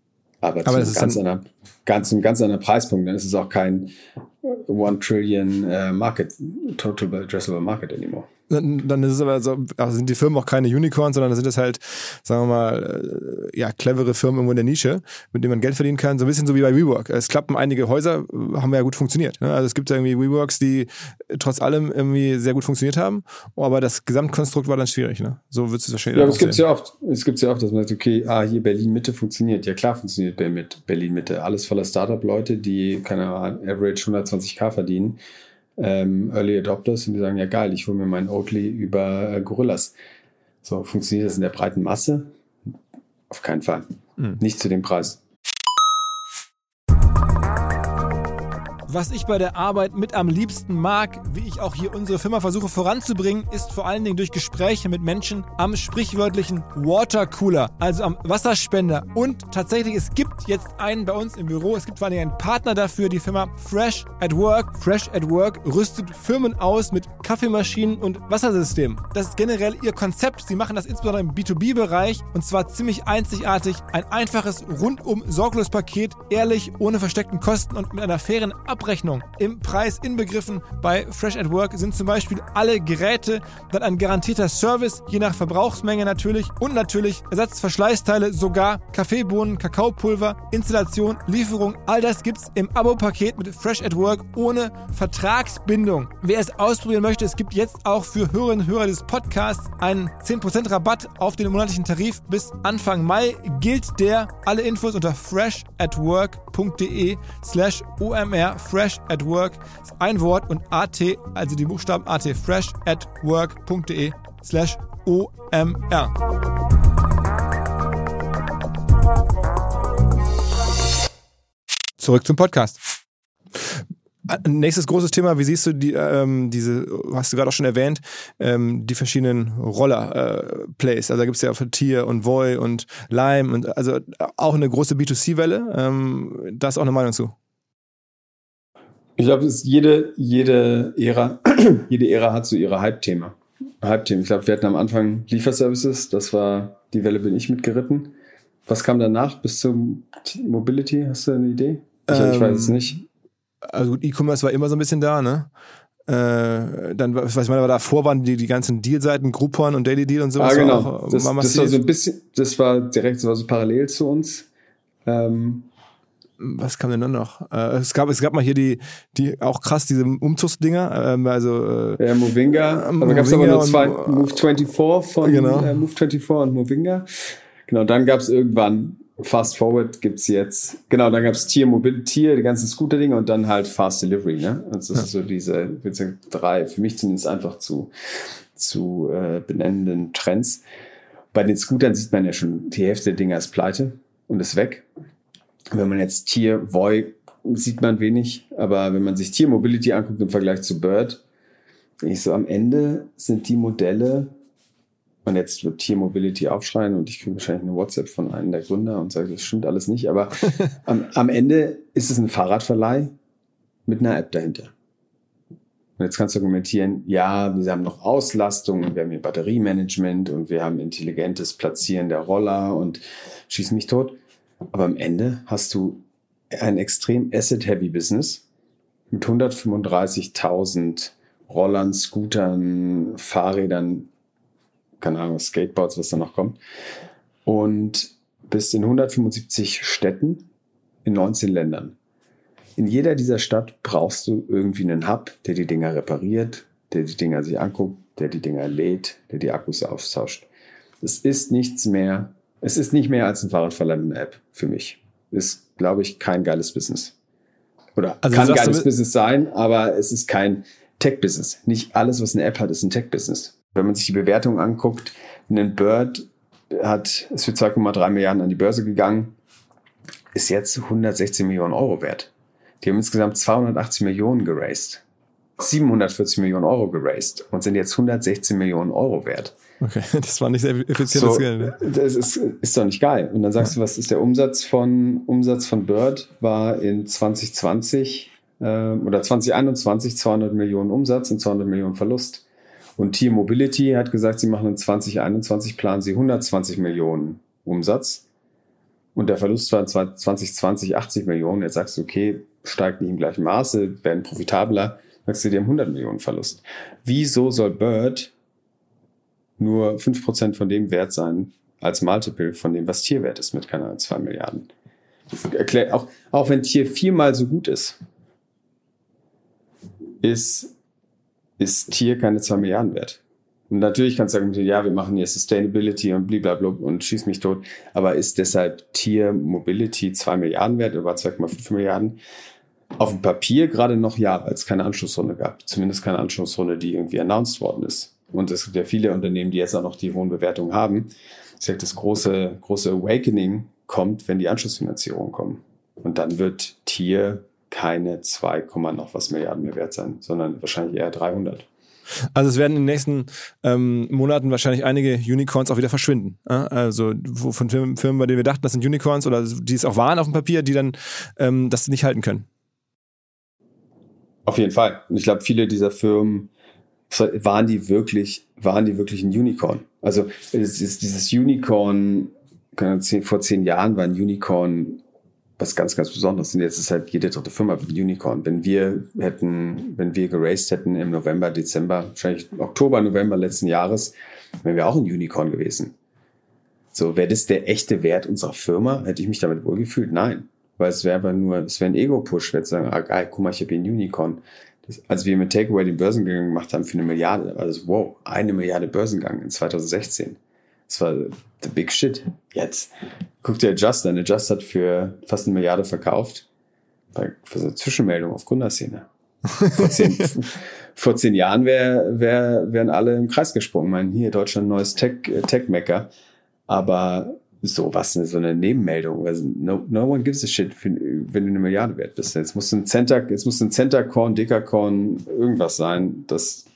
B: aber,
A: aber
B: zu
A: das
B: einem
A: ist
B: ganz,
A: dann,
B: anderen, ganz, einem ganz anderen Preispunkt. Dann ist es auch kein One Trillion äh, Market, Total Addressable Market anymore.
A: Dann, dann ist es aber so, also sind die Firmen auch keine Unicorns, sondern sind es halt, sagen wir mal, äh, ja, clevere Firmen irgendwo in der Nische, mit denen man Geld verdienen kann. So ein bisschen so wie bei WeWork. Es klappen einige Häuser, haben ja gut funktioniert. Ne? Also es gibt ja irgendwie WeWorks, die trotz allem irgendwie sehr gut funktioniert haben, aber das Gesamtkonstrukt war dann schwierig. Ne? So würdest du es wahrscheinlich
B: Ja,
A: auch
B: aber es gibt
A: sehen.
B: ja oft, es gibt ja oft, dass man sagt, okay, ah, hier Berlin-Mitte funktioniert. Ja klar funktioniert Berlin-Mitte. Alles voller Startup-Leute, die, keine Ahnung, Average hundertzwanzig K verdienen. Ähm, Early Adopters und die sagen, ja geil, ich hole mir meinen Oatly über äh, Gorillas. So, funktioniert das in der breiten Masse? Auf keinen Fall. Mhm. Nicht zu dem Preis.
A: Was ich bei der Arbeit mit am liebsten mag, wie ich auch hier unsere Firma versuche voranzubringen, ist vor allen Dingen durch Gespräche mit Menschen am sprichwörtlichen Watercooler, also am Wasserspender. Und tatsächlich, es gibt jetzt einen bei uns im Büro, es gibt vor allen Dingen einen Partner dafür, die Firma Fresh at Work. Fresh at Work rüstet Firmen aus mit Kaffeemaschinen und Wassersystemen. Das ist generell ihr Konzept. Sie machen das insbesondere im B zwei B-Bereich und zwar ziemlich einzigartig. Ein einfaches Rundum-Sorglos-Paket, ehrlich, ohne versteckten Kosten und mit einer fairen Abrechnung. Im Preis inbegriffen bei Fresh at Work sind zum Beispiel alle Geräte, dann ein garantierter Service, je nach Verbrauchsmenge natürlich und natürlich Ersatzverschleißteile, sogar Kaffeebohnen, Kakaopulver, Installation, Lieferung. All das gibt's im Abo-Paket mit Fresh at Work ohne Vertragsbindung. Wer es ausprobieren möchte, es gibt jetzt auch für Hörerinnen und Hörer des Podcasts einen zehn Prozent Rabatt auf den monatlichen Tarif bis Anfang Mai. Gilt der. Alle Infos unter freshatwork.de slash omr. Fresh at Work ist ein Wort und at, also die Buchstaben at, freshatwork.de slash omr. Zurück zum Podcast. Nächstes großes Thema, wie siehst du die, ähm, diese, hast du gerade auch schon erwähnt, ähm, die verschiedenen Roller-Plays. Äh, also da gibt es ja für Tier und Voi und Lime und also auch eine große B zwei C-Welle. Ähm, da ist auch eine Meinung zu.
B: Ich glaube, jede, jede Ära, jede Ära hat so ihre Hype-Thema. Hype-Thema. Ich glaube, wir hatten am Anfang Lieferservices, das war, die Welle bin ich mitgeritten. Was kam danach bis zum Mobility? Hast du eine Idee? Ich, ähm, ich weiß es nicht.
A: Also E-Commerce war immer so ein bisschen da, ne? Äh, dann, was ich meine, aber davor waren die, die ganzen Deal-Seiten, Groupon und Daily Deal und sowas.
B: Ah, genau.
A: Auch,
B: das,
A: war
B: das war so ein bisschen, das war direkt, das war so parallel zu uns. Ähm,
A: Was kam denn dann noch? Äh, es gab, es gab mal hier die, die auch krass diese Umzugsdinger, ähm, also äh,
B: ja, Movinga.
A: Äh,
B: aber gab es aber nur zwei,
A: und,
B: Move vierundzwanzig von
A: genau.
B: äh, Move vierundzwanzig und Movinga. Genau, dann gab es irgendwann Fast Forward gibt's jetzt. Genau, dann gab es Tier Mobility, die ganzen Scooter-Dinge und dann halt Fast Delivery, ne? Und das ja. ist so diese, ich würde sagen, drei, für mich zumindest einfach zu, zu äh, benennenden Trends. Bei den Scootern sieht man ja schon, die Hälfte der Dinger ist pleite und ist weg. Wenn man jetzt Tier, Voi, sieht man wenig, aber wenn man sich Tier Mobility anguckt im Vergleich zu Bird, ich so am Ende sind die Modelle, und jetzt wird Tier Mobility aufschreien und ich kriege wahrscheinlich eine WhatsApp von einem der Gründer und sage, das stimmt alles nicht, aber am, am Ende ist es ein Fahrradverleih mit einer App dahinter. Und jetzt kannst du argumentieren, ja, wir haben noch Auslastung und wir haben hier Batteriemanagement und wir haben intelligentes Platzieren der Roller und schieß mich tot. Aber am Ende hast du ein extrem Asset-Heavy-Business mit hundertfünfunddreißigtausend Rollern, Scootern, Fahrrädern, keine Ahnung, Skateboards, was da noch kommt. Und bist in hundertfünfundsiebzig Städten in neunzehn Ländern. In jeder dieser Stadt brauchst du irgendwie einen Hub, der die Dinger repariert, der die Dinger sich anguckt, der die Dinger lädt, der die Akkus austauscht. Es ist nichts mehr, es ist nicht mehr als ein Fahrradverleih mit einer App für mich. Ist, glaube ich, kein geiles Business. Oder also kann ein geiles Business sein, aber es ist kein Tech-Business. Nicht alles, was eine App hat, ist ein Tech-Business. Wenn man sich die Bewertung anguckt, ein Bird hat, ist für zwei Komma drei Milliarden an die Börse gegangen, ist jetzt hundertsechzehn Millionen Euro wert. Die haben insgesamt zweihundertachtzig Millionen geraced, siebenhundertvierzig Millionen Euro geraced und sind jetzt hundertsechzehn Millionen Euro wert.
A: Okay, das war nicht sehr effizientes
B: so,
A: Geld. Ne?
B: Das ist, ist doch nicht geil. Und dann sagst ja. du, was ist der Umsatz von, Umsatz von Bird? War in zwanzig zwanzig äh, oder zwanzig einundzwanzig zweihundert Millionen Umsatz und zweihundert Millionen Verlust. Und Tier Mobility hat gesagt, sie machen in zwanzig einundzwanzig, planen sie hundertzwanzig Millionen Umsatz und der Verlust war zwanzig zwanzig achtzig Millionen, jetzt sagst du, okay, steigt nicht im gleichen Maße, werden profitabler, sagst du, die haben hundert Millionen Verlust. Wieso soll Bird nur fünf Prozent von dem Wert sein, als Multiple von dem, was Tierwert ist, mit, keine Ahnung, zwei Milliarden? Erklär, auch, auch wenn Tier viermal so gut ist, ist, ist Tier keine zwei Milliarden wert. Und natürlich kannst du sagen, ja, wir machen hier Sustainability und blablabla und schieß mich tot, aber ist deshalb Tier Mobility zwei Milliarden wert oder zwei Komma fünf Milliarden? Auf dem Papier gerade noch ja, weil es keine Anschlussrunde gab. Zumindest keine Anschlussrunde, die irgendwie announced worden ist. Und es gibt ja viele Unternehmen, die jetzt auch noch die hohen Bewertungen haben. Ich sage, das große, große Awakening kommt, wenn die Anschlussfinanzierungen kommen. Und dann wird Tier keine zwei, noch was Milliarden mehr wert sein, sondern wahrscheinlich eher dreihundert.
A: Also es werden in den nächsten ähm, Monaten wahrscheinlich einige Unicorns auch wieder verschwinden. Äh? Also wo, von Firmen, Firmen, bei denen wir dachten, das sind Unicorns oder die es auch waren auf dem Papier, die dann ähm, das nicht halten können.
B: Auf jeden Fall. Und ich glaube, viele dieser Firmen waren die wirklich, waren die wirklich ein Unicorn. Also es ist dieses Unicorn, vor zehn Jahren war ein Unicorn was ganz, ganz Besonderes. Und jetzt ist halt jede dritte Firma ein Unicorn. Wenn wir hätten, wenn wir geraced hätten im November, Dezember, wahrscheinlich Oktober, November letzten Jahres, wären wir auch ein Unicorn gewesen. So, wäre das der echte Wert unserer Firma? Hätte ich mich damit wohlgefühlt? Nein. Weil es wäre einfach nur, es wäre ein Ego-Push, wenn wir sagen, ah geil, guck mal, ich habe hier ein Unicorn. Das, als wir mit Takeaway den Börsengang gemacht haben für eine Milliarde, also wow, eine Milliarde Börsengang in zwanzig sechzehn. Das war the big shit. Jetzt guck dir Just an. Just hat für fast eine Milliarde verkauft. Für so eine Zwischenmeldung auf Gründerszene. Vor zehn, vor zehn Jahren wär, wär, wären alle im Kreis gesprungen. Ich meine, hier Deutschland neues Tech, Tech-Mecker. Aber so was, so eine Nebenmeldung. Also no, no one gives a shit, für, wenn du eine Milliarde wert bist. Jetzt muss ein Center, jetzt muss ein Center-Corn, Dicker-Corn, irgendwas sein, dass,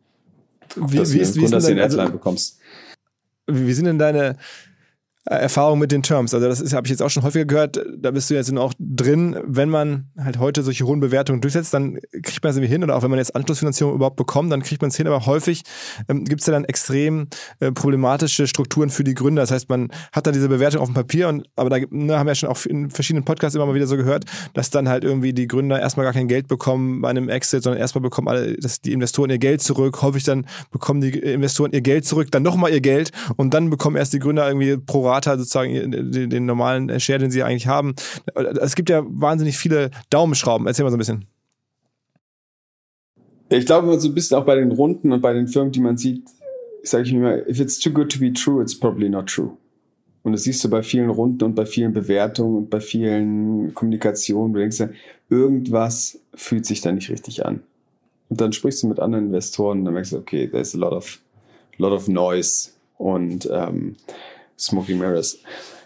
A: wie,
B: dass
A: wie
B: du
A: ist,
B: eine Gründerszene-Headline also, bekommst.
A: Wie sind denn deine Erfahrung mit den Terms? Also das habe ich jetzt auch schon häufiger gehört, da bist du jetzt auch drin, wenn man halt heute solche hohen Bewertungen durchsetzt, dann kriegt man es irgendwie hin, oder auch wenn man jetzt Anschlussfinanzierung überhaupt bekommt, dann kriegt man es hin, aber häufig ähm, gibt es ja dann extrem äh, problematische Strukturen für die Gründer. Das heißt, man hat da diese Bewertung auf dem Papier, und aber da ne, haben wir ja schon auch in verschiedenen Podcasts immer mal wieder so gehört, dass dann halt irgendwie die Gründer erstmal gar kein Geld bekommen bei einem Exit, sondern erstmal bekommen alle, dass die Investoren ihr Geld zurück, häufig dann bekommen die Investoren ihr Geld zurück, dann nochmal ihr Geld, und dann bekommen erst die Gründer irgendwie pro Rata sozusagen den, den normalen Share, den sie eigentlich haben. Es gibt ja wahnsinnig viele Daumenschrauben. Erzähl mal so ein bisschen.
B: Ich glaube, so ein bisschen auch bei den Runden und bei den Firmen, die man sieht, sage ich mir immer, if it's too good to be true, it's probably not true. Und das siehst du bei vielen Runden und bei vielen Bewertungen und bei vielen Kommunikationen. Du denkst ja, irgendwas fühlt sich da nicht richtig an. Und dann sprichst du mit anderen Investoren und dann merkst du, okay, there's a lot of, lot of noise und ähm, Smoking Mirrors.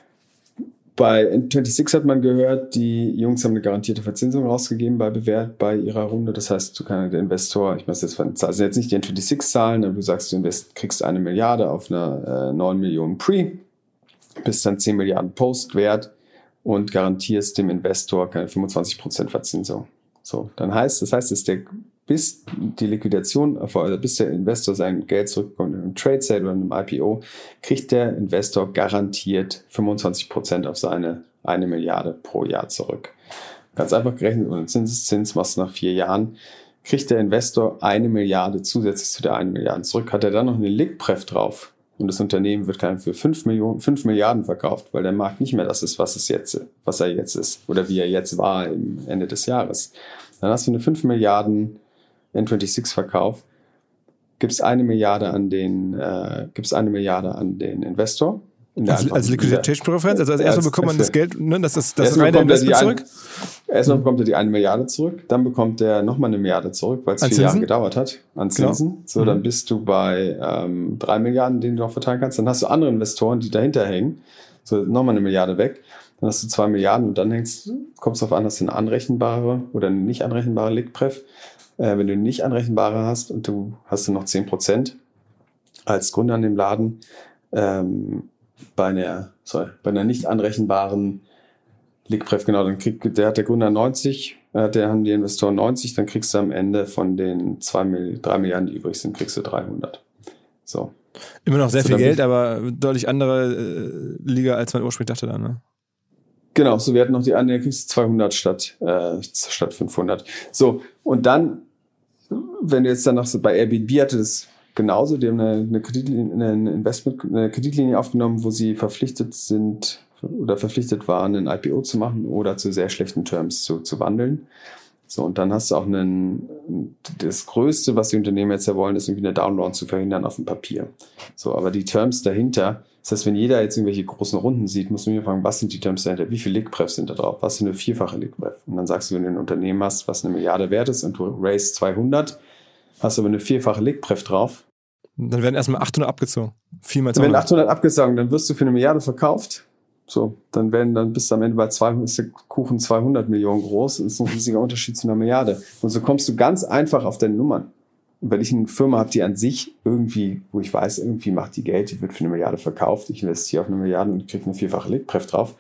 B: Bei N sechsundzwanzig hat man gehört, die Jungs haben eine garantierte Verzinsung rausgegeben bei Bewert bei ihrer Runde. Das heißt, du kannst der Investor, ich weiß jetzt, also jetzt nicht die N sechsundzwanzig-Zahlen, aber du sagst, du invest, kriegst eine Milliarde auf eine äh, neun Millionen Pre, bist dann zehn Milliarden Post-Wert und garantierst dem Investor keine fünfundzwanzig Prozent Verzinsung. So, dann heißt, das heißt, dass der bis die Liquidation, also bis der Investor sein Geld zurückbekommt in einem Trade Sale oder einem I P O, kriegt der Investor garantiert fünfundzwanzig Prozent auf seine eine Milliarde pro Jahr zurück. Ganz einfach gerechnet, und Zinseszins machst du nach vier Jahren, kriegt der Investor eine Milliarde zusätzlich zu der eine Milliarde zurück. Hat er dann noch eine Liquidpref drauf und das Unternehmen wird dann für fünf Millionen, fünf Milliarden verkauft, weil der Markt nicht mehr das ist, was es jetzt, was er jetzt ist oder wie er jetzt war im Ende des Jahres. Dann hast du eine fünf Milliarden N sechsundzwanzig Verkauf, gibst eine Milliarde an den, äh, gibst eine Milliarde an den Investor.
A: Also, also Liquiditätspräferenz? Also als erstes bekommt man das Geld, ne, das ist das reine
B: Investment
A: zurück?
B: Erstmal bekommt er die eine Milliarde zurück, dann bekommt er nochmal eine Milliarde zurück, weil es vier Jahre gedauert hat an Zinsen. Genau. So, dann bist du bei ähm, drei Milliarden, den du noch verteilen kannst. Dann hast du andere Investoren, die dahinter hängen. So, nochmal eine Milliarde weg. Dann hast du zwei Milliarden und dann hängst, kommst du auf an, dass du eine anrechenbare oder eine nicht anrechenbare Liquidpref. Äh, wenn du eine nicht anrechenbare hast und du hast du noch zehn Prozent als Gründer an dem Laden, ähm, bei einer, sorry, bei einer nicht anrechenbaren Liquidpref, genau, dann kriegt, der hat der Gründer neunzig, äh, der haben die Investoren neunzig, dann kriegst du am Ende von den zwei, drei Milliarden, die übrig sind, kriegst du dreihundert. So.
A: Immer noch sehr
B: so,
A: viel Geld, aber deutlich andere äh, Liga, als man ursprünglich dachte dann, ne?
B: Genau, so wir hatten noch die eine, kriegst du zweihundert statt, äh, statt fünfhundert. So, und dann, wenn du jetzt dann noch so bei Airbnb hatte das genauso, die haben eine, eine, Kreditlinie, eine Investment, eine Kreditlinie aufgenommen, wo sie verpflichtet sind oder verpflichtet waren, ein I P O zu machen oder zu sehr schlechten Terms zu, zu wandeln. So, und dann hast du auch einen, das Größte, was die Unternehmen jetzt ja wollen, ist irgendwie eine Downround zu verhindern auf dem Papier. So, aber die Terms dahinter, das heißt, wenn jeder jetzt irgendwelche großen Runden sieht, muss man mir fragen, was sind die Terms dahinter? Wie viele Liquidprefs sind da drauf? Was sind eine vierfache Liquidpref? Und dann sagst du, wenn du ein Unternehmen hast, was eine Milliarde wert ist und du raise zweihundert, hast du aber eine vierfache Liquidpref drauf.
A: Dann werden erstmal achthundert abgezogen. Viermal
B: Dann werden achthundert abgezogen, dann wirst du für eine Milliarde verkauft. So, dann werden dann bis am Ende bei zweihundert, ist der Kuchen zweihundert Millionen groß. Das ist ein riesiger Unterschied zu einer Milliarde. Und so kommst du ganz einfach auf deine Nummern. Und wenn ich eine Firma habe, die an sich irgendwie, wo ich weiß, irgendwie macht die Geld, die wird für eine Milliarde verkauft, ich investiere auf eine Milliarde und kriege eine vierfache Liquidpref drauf.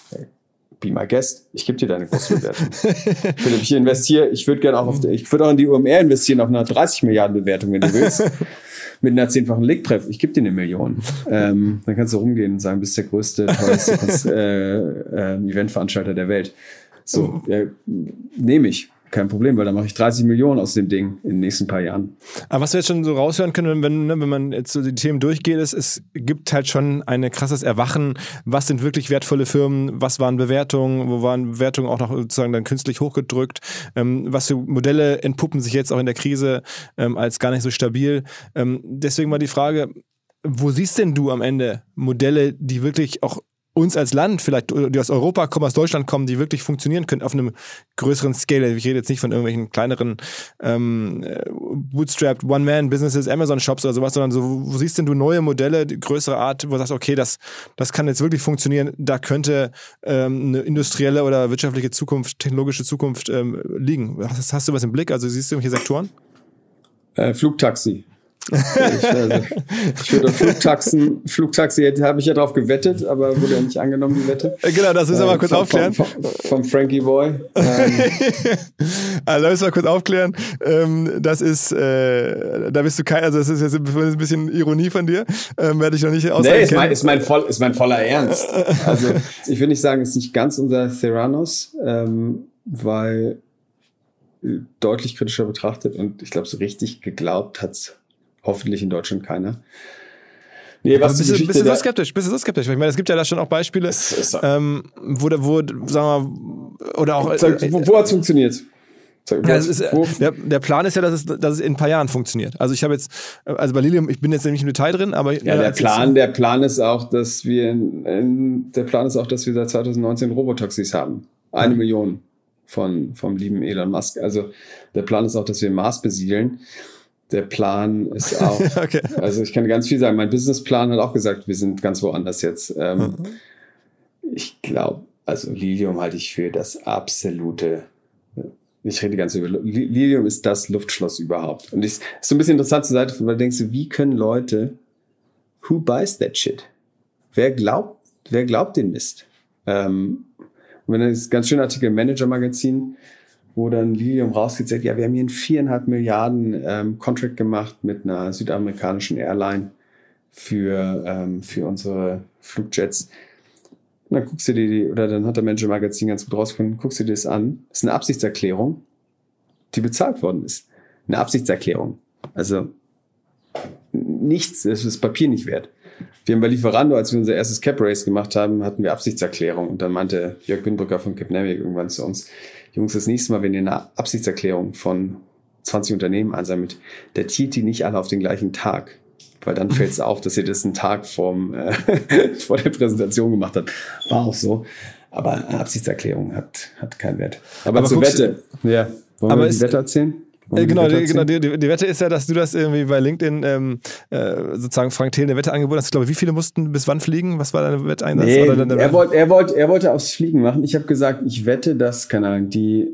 B: Be my guest. Ich gebe dir deine Kostenbewertung. Philipp, ich investiere, ich würde gerne auch auf, ich würde auch in die U M R investieren auf einer dreißig Milliarden Bewertung, wenn du willst. Mit einer zehnfachen Liquidpref. Ich gebe dir eine Million. Ähm, dann kannst du rumgehen und sagen, bist der größte, teuerste äh, äh, Eventveranstalter der Welt. So, ja, nehme ich. Kein Problem, weil dann mache ich dreißig Millionen aus dem Ding in den nächsten paar Jahren.
A: Aber was wir jetzt schon so raushören können, wenn, wenn man jetzt so die Themen durchgeht, ist, es gibt halt schon ein krasses Erwachen. Was sind wirklich wertvolle Firmen? Was waren Bewertungen? Wo waren Bewertungen auch noch sozusagen dann künstlich hochgedrückt? Ähm, was für Modelle entpuppen sich jetzt auch in der Krise ähm, als gar nicht so stabil? Ähm, deswegen mal die Frage, wo siehst denn du am Ende Modelle, die wirklich auch uns als Land, vielleicht die aus Europa kommen, aus Deutschland kommen, die wirklich funktionieren können auf einem größeren Scale. Ich rede jetzt nicht von irgendwelchen kleineren ähm, Bootstrapped One-Man-Businesses, Amazon-Shops oder sowas, sondern so, wo siehst denn du neue Modelle, die größere Art, wo du sagst, okay, das, das kann jetzt wirklich funktionieren, da könnte ähm, eine industrielle oder wirtschaftliche Zukunft, technologische Zukunft ähm, liegen. Hast, hast du was im Blick? Also siehst du irgendwelche Sektoren?
B: Äh, Flugtaxi. ich, also, ich würde Flugtaxen, Flugtaxi habe ich ja drauf gewettet, aber wurde ja nicht angenommen, die Wette.
A: Genau, das müssen wir äh, mal kurz
B: vom,
A: aufklären.
B: Vom, vom, vom Frankie Boy. Ähm.
A: Also, müssen wir kurz aufklären. Ähm, das ist, äh, da bist du kein, also das ist jetzt ein bisschen Ironie von dir. Ähm, werde ich noch nicht aussagen.
B: Nee, ist mein, ist, mein voll, ist mein voller Ernst. Also, ich will nicht sagen, es ist nicht ganz unser Theranos, ähm, weil deutlich kritischer betrachtet und ich glaube, so richtig geglaubt hat's hoffentlich in Deutschland keiner. Nee, was
A: bist, du, bist du so skeptisch? Bist du so skeptisch? Ich meine, es gibt ja da schon auch Beispiele, ähm, wo, wo, sagen wir mal, oder auch...
B: Sag, wo wo hat es funktioniert? Sag,
A: ja, es ist, der, der Plan ist ja, dass es, dass es in ein paar Jahren funktioniert. Also ich habe jetzt, also bei Lilium, ich bin jetzt nämlich im Detail drin, aber...
B: Ja, der Plan, der Plan ist auch, dass wir, in, in, der Plan ist auch, dass wir seit zwanzig neunzehn Robotaxis haben. Eine mhm. Million von, vom lieben Elon Musk. Also der Plan ist auch, dass wir Mars besiedeln. Der Plan ist auch, okay. Also ich kann ganz viel sagen, mein Businessplan hat auch gesagt, wir sind ganz woanders jetzt. Ähm, mhm. Ich glaube, also Lilium halte ich für das absolute, ich rede ganz über, Lilium ist das Luftschloss überhaupt. Und es ist so ein bisschen interessant zur Seite, weil du denkst, wie können Leute, who buys that shit? Wer glaubt, wer glaubt den Mist? Ähm, und wenn dann ist ganz schön Artikel im Manager-Magazin, wo dann Lilium rausgeht, sagt, ja, wir haben hier einen viereinhalb Milliarden ähm, Contract gemacht mit einer südamerikanischen Airline für, ähm, für unsere Flugjets. Und dann guckst du dir die, oder dann hat der Manager Magazin ganz gut rausgefunden, guckst du dir das an. Das ist eine Absichtserklärung, die bezahlt worden ist. Eine Absichtserklärung. Also nichts, das ist das Papier nicht wert. Wir haben bei Lieferando, als wir unser erstes Cap Race gemacht haben, hatten wir Absichtserklärung. Und dann meinte Jörg Günbrücker von Capnamic irgendwann zu uns, Jungs, das nächste Mal, wenn ihr eine Absichtserklärung von zwanzig Unternehmen einsammelt, datiert die nicht alle auf den gleichen Tag. Weil dann fällt es auf, dass ihr das einen Tag vorm, äh, vor der Präsentation gemacht habt. War auch so. Aber eine Absichtserklärung hat, hat keinen Wert. Aber, aber zur Wette. Ja. Wollen wir die Wette erzählen?
A: Äh, genau, die, genau die, die, die Wette ist ja, dass du das irgendwie bei LinkedIn ähm, äh, sozusagen Frank Thelen eine Wette angeboten hast. Ich glaube, wie viele mussten bis wann fliegen? Was war deine Wetteinsatz?
B: Nee,
A: Oder deine
B: er, wollt, er, wollt, er wollte aufs Fliegen machen. Ich habe gesagt, ich wette, dass, keine Ahnung, die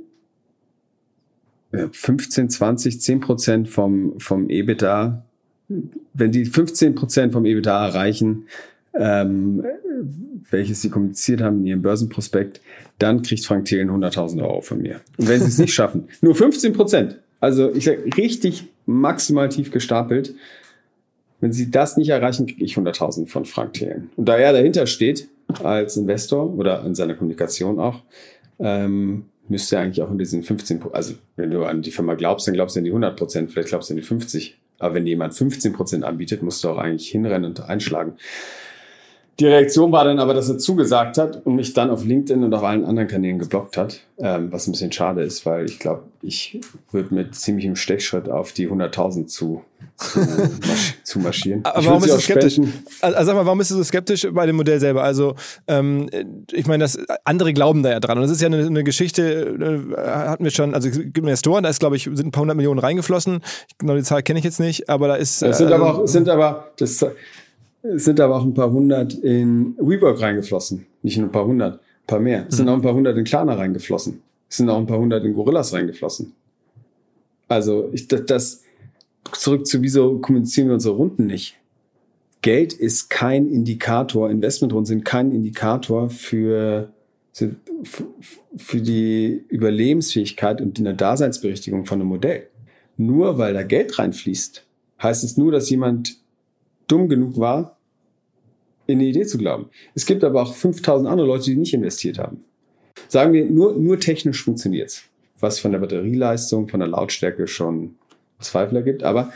B: fünfzehn, zwanzig, zehn Prozent vom, vom EBITDA, wenn die fünfzehn Prozent vom EBITDA erreichen, ähm, welches sie kommuniziert haben in ihrem Börsenprospekt, dann kriegt Frank Thelen hunderttausend Euro von mir. Und wenn sie es nicht schaffen, nur fünfzehn Prozent, also ich sage richtig maximal tief gestapelt. Wenn sie das nicht erreichen, kriege ich hunderttausend von Frank Thelen. Und da er dahinter steht, als Investor oder in seiner Kommunikation auch, ähm, müsste er eigentlich auch in diesen fünfzehn Prozent, also wenn du an die Firma glaubst, dann glaubst du an die hundert Prozent, vielleicht glaubst du an die fünfzig. Aber wenn jemand fünfzehn Prozent anbietet, musst du auch eigentlich hinrennen und einschlagen. Die Reaktion war dann aber, dass er zugesagt hat und mich dann auf LinkedIn und auf allen anderen Kanälen geblockt hat, ähm, was ein bisschen schade ist, weil ich glaube, ich würde mit ziemlichem Stechschritt auf die hunderttausend zu, zu, marsch- zu marschieren.
A: Aber warum bist du skeptisch? Also sag mal, warum bist du so skeptisch bei dem Modell selber? Also ähm, ich meine, das andere glauben da ja dran. Und das ist ja eine, eine Geschichte, äh, hatten wir schon, also es gibt einen Investoren, da ist, glaube ich, sind ein paar hundert Millionen reingeflossen. Genau die Zahl kenne ich jetzt nicht, aber da ist...
B: Es sind
A: äh,
B: aber auch, es sind aber, das... Es sind aber auch ein paar hundert in WeWork reingeflossen. Nicht nur ein paar hundert, ein paar mehr. Es sind
A: Mhm.
B: auch ein paar hundert in Klarna reingeflossen. Es sind auch ein paar hundert in Gorillas reingeflossen. Also ich, das, das zurück zu, wieso kommunizieren wir unsere Runden nicht? Geld ist kein Indikator, Investmentrunden sind kein Indikator für, für, für die Überlebensfähigkeit und die Daseinsberechtigung von einem Modell. Nur weil da Geld reinfließt, heißt es nur, dass jemand dumm genug war, in eine Idee zu glauben. Es gibt aber auch fünftausend andere Leute, die nicht investiert haben. Sagen wir, nur, nur technisch funktioniert's. Was von der Batterieleistung, von der Lautstärke schon Zweifel gibt, aber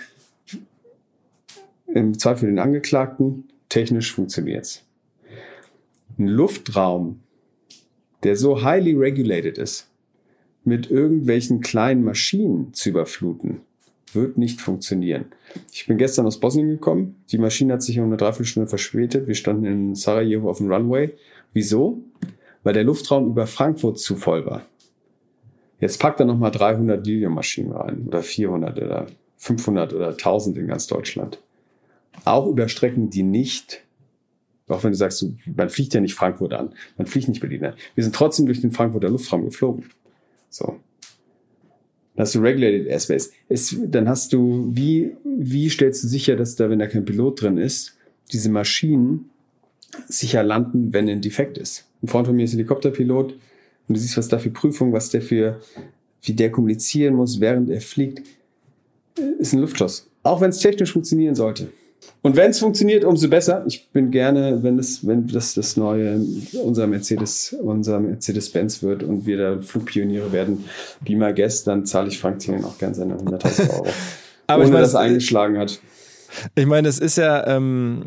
B: im Zweifel den Angeklagten, technisch funktioniert's. Ein Luftraum, der so highly regulated ist, mit irgendwelchen kleinen Maschinen zu überfluten, wird nicht funktionieren. Ich bin gestern aus Bosnien gekommen. Die Maschine hat sich um eine Dreiviertelstunde verspätet. Wir standen in Sarajevo auf dem Runway. Wieso? Weil der Luftraum über Frankfurt zu voll war. Jetzt packt er nochmal dreihundert Lilium-Maschinen rein oder vierhundert oder fünfhundert oder tausend in ganz Deutschland. Auch über Strecken, die nicht, auch wenn du sagst, man fliegt ja nicht Frankfurt an, man fliegt nicht Berlin an. Wir sind trotzdem durch den Frankfurter Luftraum geflogen. So. Dann hast du Regulated Airspace. Es, dann hast du, wie, wie stellst du sicher, dass da, wenn da kein Pilot drin ist, diese Maschinen sicher landen, wenn ein Defekt ist? Ein Freund von mir ist Helikopterpilot und du siehst, was da für Prüfungen, was der für, wie der kommunizieren muss, während er fliegt, ist ein Luftschloss. Auch wenn es technisch funktionieren sollte. Und wenn es funktioniert, umso besser. Ich bin gerne, wenn das, wenn das das neue, unser Mercedes, unser Mercedes-Benz wird und wir da Flugpioniere werden, be my guest, dann zahle ich Frank Thelen auch gerne seine hunderttausend Euro.
A: Aber
B: ohne
A: ich meine,
B: dass er eingeschlagen hat.
A: Ich meine, es ist ja ähm,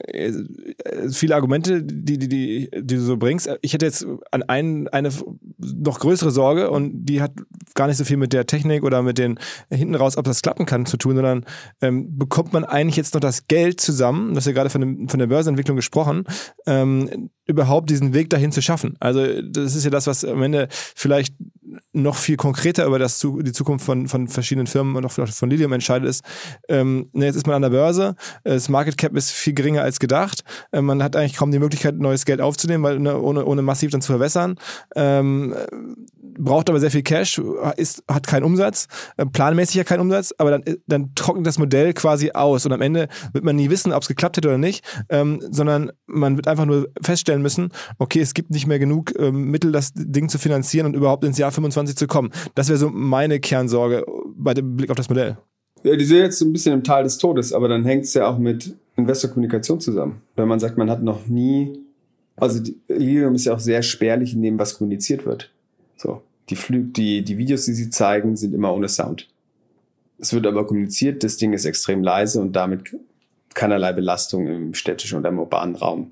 A: viele Argumente, die, die, die, die du so bringst. Ich hätte jetzt an einen, eine noch größere Sorge und die hat gar nicht so viel mit der Technik oder mit den hinten raus, ob das klappen kann, zu tun, sondern ähm, bekommt man eigentlich jetzt noch das Geld zusammen, das ja gerade von, dem, von der Börsenentwicklung gesprochen, ähm, überhaupt diesen Weg dahin zu schaffen. Also das ist ja das, was am Ende vielleicht noch viel konkreter über das, die Zukunft von, von verschiedenen Firmen und auch von Lilium entscheidet ist. Ähm, jetzt ist man an der Börse, das Market Cap ist viel geringer als gedacht, ähm, man hat eigentlich kaum die Möglichkeit, neues Geld aufzunehmen, weil ne, ohne, ohne massiv dann zu verwässern, ähm, braucht aber sehr viel Cash, ist, hat keinen Umsatz, äh, planmäßig ja keinen Umsatz, aber dann, dann trocknet das Modell quasi aus und am Ende wird man nie wissen, ob es geklappt hätte oder nicht, ähm, sondern man wird einfach nur feststellen müssen, okay, es gibt nicht mehr genug ähm, Mittel, das Ding zu finanzieren und überhaupt ins Jahr fünfundzwanzig zu kommen. Das wäre so meine Kernsorge bei dem Blick auf das Modell.
B: Ja, die sind jetzt so ein bisschen im Tal des Todes, aber dann hängt es ja auch mit Investorkommunikation zusammen. Wenn man sagt, man hat noch nie, also Lilium ist ja auch sehr spärlich in dem, was kommuniziert wird. So, die, Flü- die, die Videos, die sie zeigen, sind immer ohne Sound. Es wird aber kommuniziert, das Ding ist extrem leise und damit keinerlei Belastung im städtischen oder im urbanen Raum.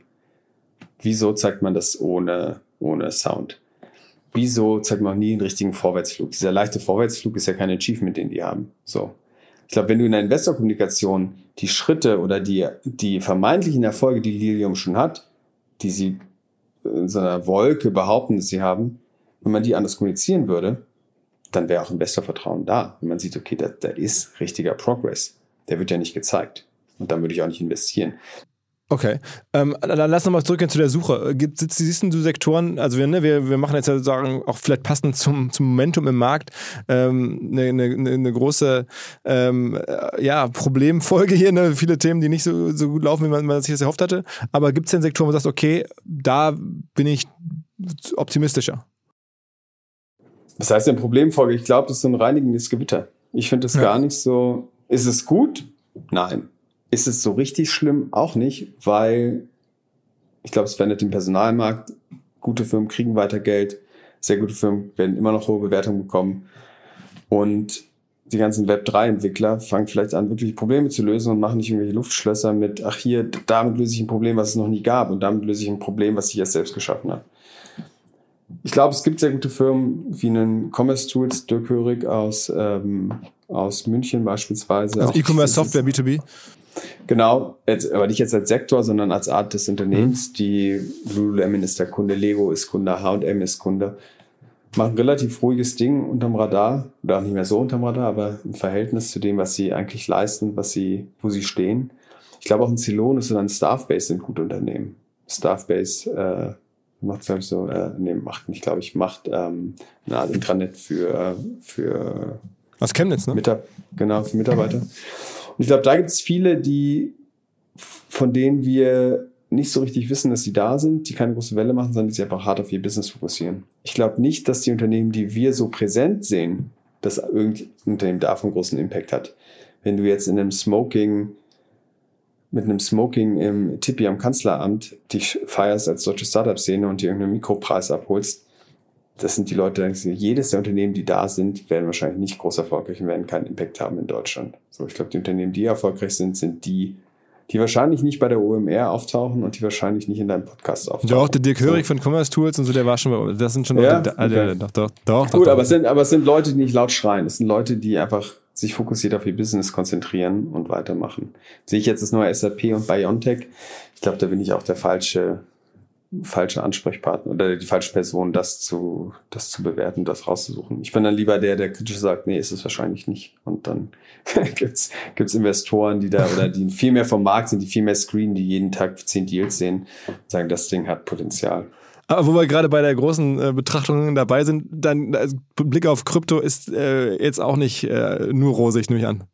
B: Wieso zeigt man das ohne, ohne Sound? Wieso zeigt man auch nie einen richtigen Vorwärtsflug? Dieser leichte Vorwärtsflug ist ja kein Achievement, den die haben. So. Ich glaube, wenn du in der Investorkommunikation die Schritte oder die, die vermeintlichen Erfolge, die Lilium schon hat, die sie in so einer Wolke behaupten, dass sie haben, wenn man die anders kommunizieren würde, dann wäre auch Investorvertrauen da. Wenn man sieht, okay, da, da ist richtiger Progress. Der wird ja nicht gezeigt. Und dann würde ich auch nicht investieren.
A: Okay, ähm, dann lass nochmal zurückgehen zu der Suche. Gibt, siehst du Sektoren, also wir, ne, wir, wir machen jetzt ja sagen, auch vielleicht passend zum, zum Momentum im Markt, ähm, eine, eine, eine große ähm, ja, Problemfolge hier, ne? Viele Themen, die nicht so, so gut laufen, wie man, man sich das erhofft hatte. Aber gibt es denn Sektoren, wo du sagst, okay, da bin ich optimistischer?
B: Das heißt, eine Problemfolge, ich glaube, das ist so ein reinigendes Gewitter. Ich finde das ja. gar nicht so. Ist es gut? Nein. Ist es so richtig schlimm? Auch nicht, weil Ich glaube, es verändert den Personalmarkt. Gute Firmen kriegen weiter Geld. Sehr gute Firmen werden immer noch hohe Bewertungen bekommen. Und die ganzen Web drei Entwickler fangen vielleicht an, wirklich Probleme zu lösen und machen nicht irgendwelche Luftschlösser mit, ach hier, damit löse ich ein Problem, was es noch nie gab. Und damit löse ich ein Problem, was ich erst selbst geschaffen habe. Ich glaube, es gibt sehr gute Firmen wie einen Commerce Tools, Dirk Hörig aus, ähm, aus München beispielsweise.
A: Also E-Commerce Software, B zwei B.
B: Genau, jetzt, aber nicht jetzt als Sektor, sondern als Art des Unternehmens. Mhm. Die Lululemon ist der Kunde, Lego ist Kunde, H und M ist Kunde. Machen ein relativ ruhiges Ding unterm Radar, oder auch nicht mehr so unterm Radar, aber im Verhältnis zu dem, was sie eigentlich leisten, was sie, wo sie stehen. Ich glaube auch ein Celonis und ein Staffbase sind gute Unternehmen. Staffbase äh, macht, glaube ich, so, äh, nee, macht nicht, glaube ich, macht ähm, eine Art Intranet für, für
A: aus Chemnitz, ne?
B: Mitab- genau, für Mitarbeiter. Und ich glaube, da gibt es viele, die, von denen wir nicht so richtig wissen, dass sie da sind, die keine große Welle machen, sondern die sich einfach hart auf ihr Business fokussieren. Ich glaube nicht, dass die Unternehmen, die wir so präsent sehen, dass irgendein Unternehmen davon großen Impact hat. Wenn du jetzt in einem Smoking, mit einem Smoking im Tippi am Kanzleramt dich feierst als deutsche Startup-Szene und dir irgendeinen Mikropreis abholst, das sind die Leute, jedes der Unternehmen, die da sind, werden wahrscheinlich nicht groß erfolgreich und werden keinen Impact haben in Deutschland. So, ich glaube, die Unternehmen, die erfolgreich sind, sind die, die wahrscheinlich nicht bei der O M R auftauchen und die wahrscheinlich nicht in deinem Podcast auftauchen.
A: Ja, auch der Dirk Hörig so. Von Commerce Tools und so, der war schon bei, das sind schon
B: ja,
A: Leute,
B: okay.
A: äh, doch, doch, doch.
B: Gut,
A: doch,
B: aber es sind, aber es sind Leute, die nicht laut schreien. Es sind Leute, die einfach sich fokussiert auf ihr Business konzentrieren und weitermachen. Sehe ich jetzt das neue S A P und BioNTech. Ich glaube, da bin ich auch der falsche, falsche Ansprechpartner oder die falsche Person, das zu, das zu bewerten, das rauszusuchen. Ich bin dann lieber der, der kritisch sagt, nee, ist es wahrscheinlich nicht. Und dann gibt's, gibt's Investoren, die da, oder die viel mehr vom Markt sind, die viel mehr screenen, die jeden Tag zehn Deals sehen, sagen, das Ding hat Potenzial.
A: Aber wo wir gerade bei der großen äh, Betrachtung dabei sind, dann also Blick auf Krypto ist äh, jetzt auch nicht äh, nur rosig, nehme ich an.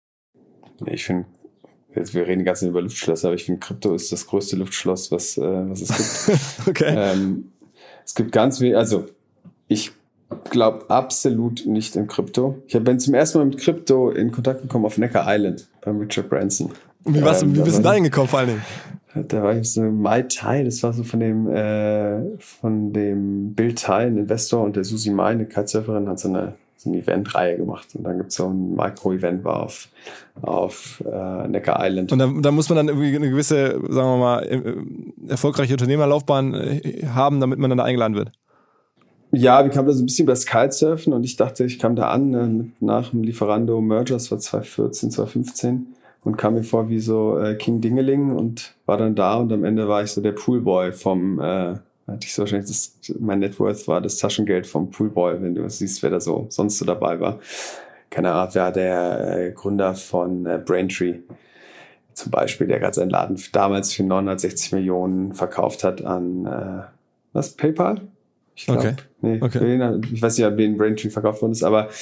B: Nee, ich finde, jetzt, wir reden die ganze Zeit über Luftschlösser, aber ich finde, Krypto ist das größte Luftschloss, was, äh, was es gibt.
A: Okay.
B: Ähm, es gibt ganz wenig, also ich glaube absolut nicht in Krypto. Ich bin zum ersten Mal mit Krypto in Kontakt gekommen auf Necker Island beim Richard Branson.
A: Wie, was,
B: ähm,
A: wie bist du da hingekommen vor allen Dingen?
B: Da war ich so Mai Tai, das war so von dem äh, von dem Bill Tai, ein Investor, und der Susi Mai, eine Kitesurferin, hat so eine, so eine Eventreihe gemacht. Und dann gibt's so ein Micro-Event, war auf, auf äh, Necker Island.
A: Und da, da muss man dann irgendwie eine gewisse, sagen wir mal, erfolgreiche Unternehmerlaufbahn haben, damit man dann da eingeladen wird.
B: Ja, wir kamen da so ein bisschen über das Kitesurfen und ich dachte, ich kam da an äh, mit, nach dem Lieferando-Merger, das war zwanzig vierzehn, zwanzig fünfzehn. Und kam mir vor wie so äh, King Dingeling und war dann da und am Ende war ich so der Poolboy vom, äh, hatte ich so wahrscheinlich, das, mein Net Worth war das Taschengeld vom Poolboy, wenn du siehst, wer da so sonst so dabei war. Keine Ahnung, wer der äh, Gründer von äh, Braintree zum Beispiel, der gerade seinen Laden damals für neunhundertsechzig Millionen verkauft hat an, äh, was, PayPal? Ich glaube,
A: okay.
B: nee,
A: okay.
B: ich weiß nicht, an wen Braintree verkauft worden ist, aber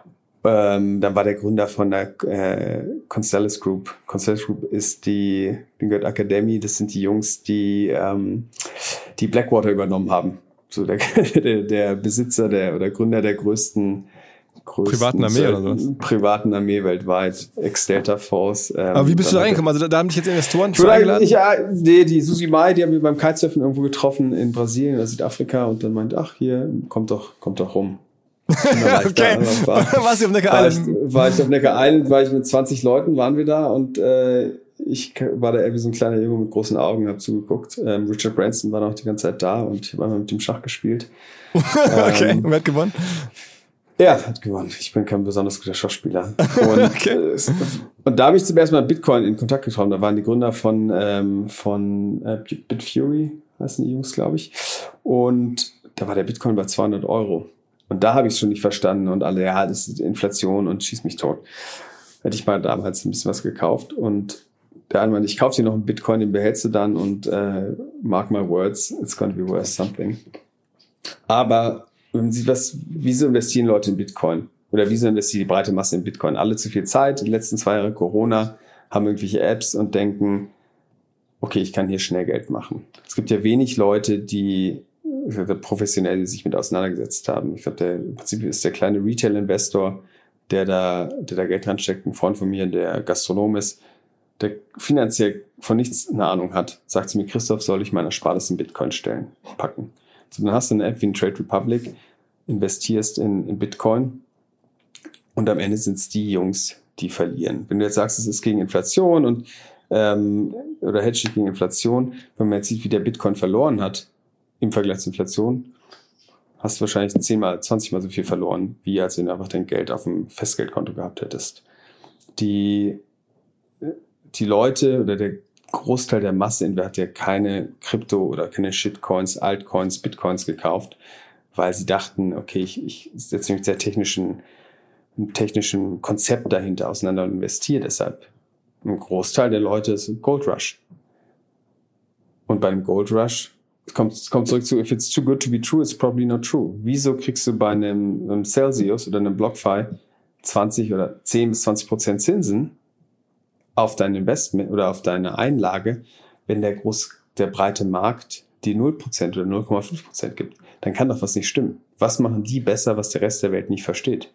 B: Ähm, dann war der Gründer von der äh, Constellus Group. Constellus Group ist die, die gehört Academy, das sind die Jungs, die ähm, die Blackwater übernommen haben. So der, der, der Besitzer der oder Gründer der größten, größten
A: privaten Armee oder so.
B: Privaten Armee weltweit, Ex-Delta Force. Ähm,
A: Aber wie bist du da reingekommen? Also da, da haben dich jetzt Investoren
B: zu
A: eingeladen?
B: Ich, ja, nee, die Susi Mai, die haben wir beim Kitesurfen irgendwo getroffen in Brasilien oder Südafrika und dann meint, ach hier, kommt doch, kommt doch rum.
A: Okay.
B: Da, war,
A: Warst du auf Necker
B: war
A: Island?
B: Ich, war ich auf Necker Island, war ich mit zwanzig Leuten, waren wir da und äh, ich war da eher wie so ein kleiner Junge mit großen Augen, hab zugeguckt. Ähm, Richard Branson war noch die ganze Zeit da und ich habe einmal mit dem Schach gespielt.
A: Okay,
B: ähm,
A: und wer hat gewonnen?
B: Er hat gewonnen. Ich bin kein besonders guter Schachspieler. Und,
A: okay.
B: äh, und da habe ich zum ersten Mal mit Bitcoin in Kontakt gekommen. Da waren die Gründer von, ähm, von äh, Bitfury, heißen die Jungs, glaube ich. Und da war der Bitcoin bei zweihundert Euro. Und da habe ich es schon nicht verstanden und alle, ja, das ist Inflation und schieß mich tot. Hätte ich mal damals ein bisschen was gekauft und der eine meinte, ich kaufe dir noch einen Bitcoin, den behältst du dann und äh, mark my words, it's gonna be worth something. Aber wenn man sieht, was, wieso investieren Leute in Bitcoin? Oder wieso investiert die breite Masse in Bitcoin? Alle zu viel Zeit, die letzten zwei Jahre Corona, haben irgendwelche Apps und denken, okay, ich kann hier schnell Geld machen. Es gibt ja wenig Leute, die professionell sich mit auseinandergesetzt haben. Ich glaube, der im Prinzip ist der kleine Retail-Investor, der da, der da Geld reinsteckt. Ein Freund von mir, der Gastronom ist, der finanziell von nichts eine Ahnung hat, sagt zu mir, Christoph, soll ich meine Ersparnis in Bitcoin stellen, packen? So, dann hast du eine App wie ein Trade Republic, investierst in, in Bitcoin und am Ende sind es die Jungs, die verlieren. Wenn du jetzt sagst, es ist gegen Inflation und ähm, oder hedge gegen Inflation, wenn man jetzt sieht, wie der Bitcoin verloren hat im Vergleich zur Inflation, hast du wahrscheinlich zehnmal, zwanzigmal so viel verloren, wie als wenn du einfach dein Geld auf dem Festgeldkonto gehabt hättest. Die, die Leute oder der Großteil der Masse hat ja keine Krypto- oder keine Shitcoins, Altcoins, Bitcoins gekauft, weil sie dachten, okay, ich, ich setze mich mit sehr technischen, einem technischen Konzept dahinter auseinander und investiere deshalb. Ein Großteil der Leute ist Gold Rush. Und beim Gold Rush es kommt, es kommt zurück zu, if it's too good to be true, it's probably not true. Wieso kriegst du bei einem, einem Celsius oder einem BlockFi zwanzig oder zehn bis zwanzig Prozent Zinsen auf dein Investment oder auf deine Einlage, wenn der groß, der breite Markt die null Prozent oder null Komma fünf Prozent gibt? Dann kann doch was nicht stimmen. Was machen die besser, was der Rest der Welt nicht versteht?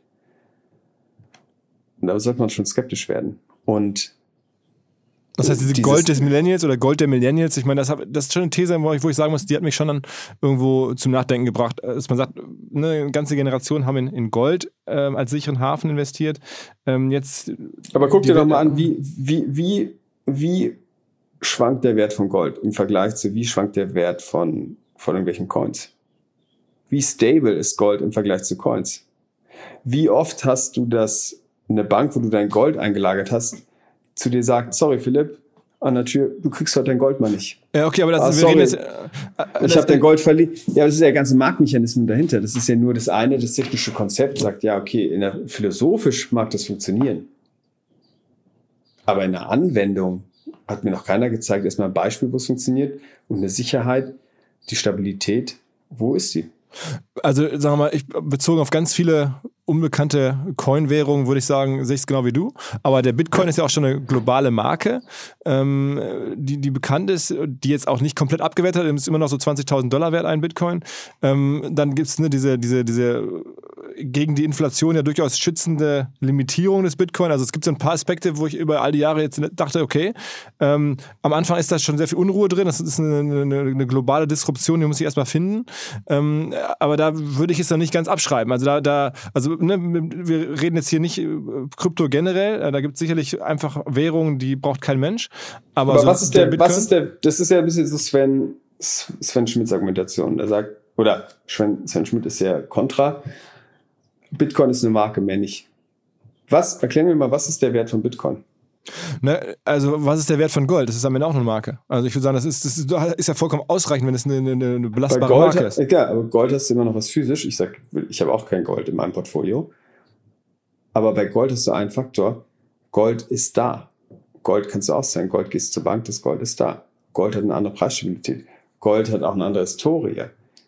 B: Und da sollte man schon skeptisch werden. Und
A: das heißt, diese Gold des Millennials oder Gold der Millennials, ich meine, das, hab, das ist schon eine These, wo ich, wo ich sagen muss, die hat mich schon dann irgendwo zum Nachdenken gebracht. Dass man sagt, eine ganze Generation haben in, in Gold ähm, als sicheren Hafen investiert. Ähm, jetzt
B: Aber guck dir doch mal an, wie, wie, wie, wie schwankt der Wert von Gold im Vergleich zu wie schwankt der Wert von, von irgendwelchen Coins? Wie stable ist Gold im Vergleich zu Coins? Wie oft hast du das, eine Bank, wo du dein Gold eingelagert hast, zu dir sagt, sorry Philipp, an der Tür, du kriegst heute dein Gold mal nicht.
A: Ja, okay, aber das
B: ah,
A: ist, wir
B: sorry,
A: reden jetzt,
B: äh, ich habe dein Gold verliehen. Ja, das ist ja der ganze Marktmechanismus dahinter. Das ist ja nur das eine, das technische Konzept sagt, ja, okay, in der, philosophisch mag das funktionieren. Aber in der Anwendung hat mir noch keiner gezeigt, erstmal ein Beispiel, wo es funktioniert und eine Sicherheit, die Stabilität, wo ist sie?
A: Also sagen wir mal, ich bezogen auf ganz viele unbekannte Coin-Währungen, würde ich sagen, sehe ich es genau wie du. Aber der Bitcoin ist ja auch schon eine globale Marke, ähm, die, die bekannt ist, die jetzt auch nicht komplett abgewertet hat, ist immer noch so zwanzigtausend Dollar wert, ein Bitcoin. Ähm, dann gibt es ne, diese, diese, diese gegen die Inflation ja durchaus schützende Limitierung des Bitcoin. Also es gibt so ein paar Aspekte, wo ich über all die Jahre jetzt dachte, okay, ähm, am Anfang ist da schon sehr viel Unruhe drin, das ist eine, eine, eine globale Disruption, die muss ich erstmal finden. Ähm, aber da würde ich es noch nicht ganz abschreiben. Also da, da also ne, wir reden jetzt hier nicht Krypto generell, da gibt es sicherlich einfach Währungen, die braucht kein Mensch. Aber,
B: aber
A: so
B: was ist der,
A: der
B: was ist der, das ist ja ein bisschen so Sven, Sven Schmidts Argumentation. Der sagt, oder Sven, Sven Schmidt ist ja kontra. Bitcoin ist eine Marke, mehr nicht. Was, erklären wir mal, was ist der Wert von Bitcoin?
A: Ne, also was ist der Wert von Gold? Das ist am Ende auch eine Marke. Also ich würde sagen, das ist, das ist, ist ja vollkommen ausreichend, wenn es eine, eine, eine belastbare
B: Gold,
A: Marke ist.
B: Ja, aber Gold hast du immer noch was physisch. Ich sag, ich habe auch kein Gold in meinem Portfolio. Aber bei Gold hast du einen Faktor. Gold ist da. Gold kannst du auszahlen. Gold gehst zur Bank, das Gold ist da. Gold hat eine andere Preisstabilität. Gold hat auch eine andere Historie.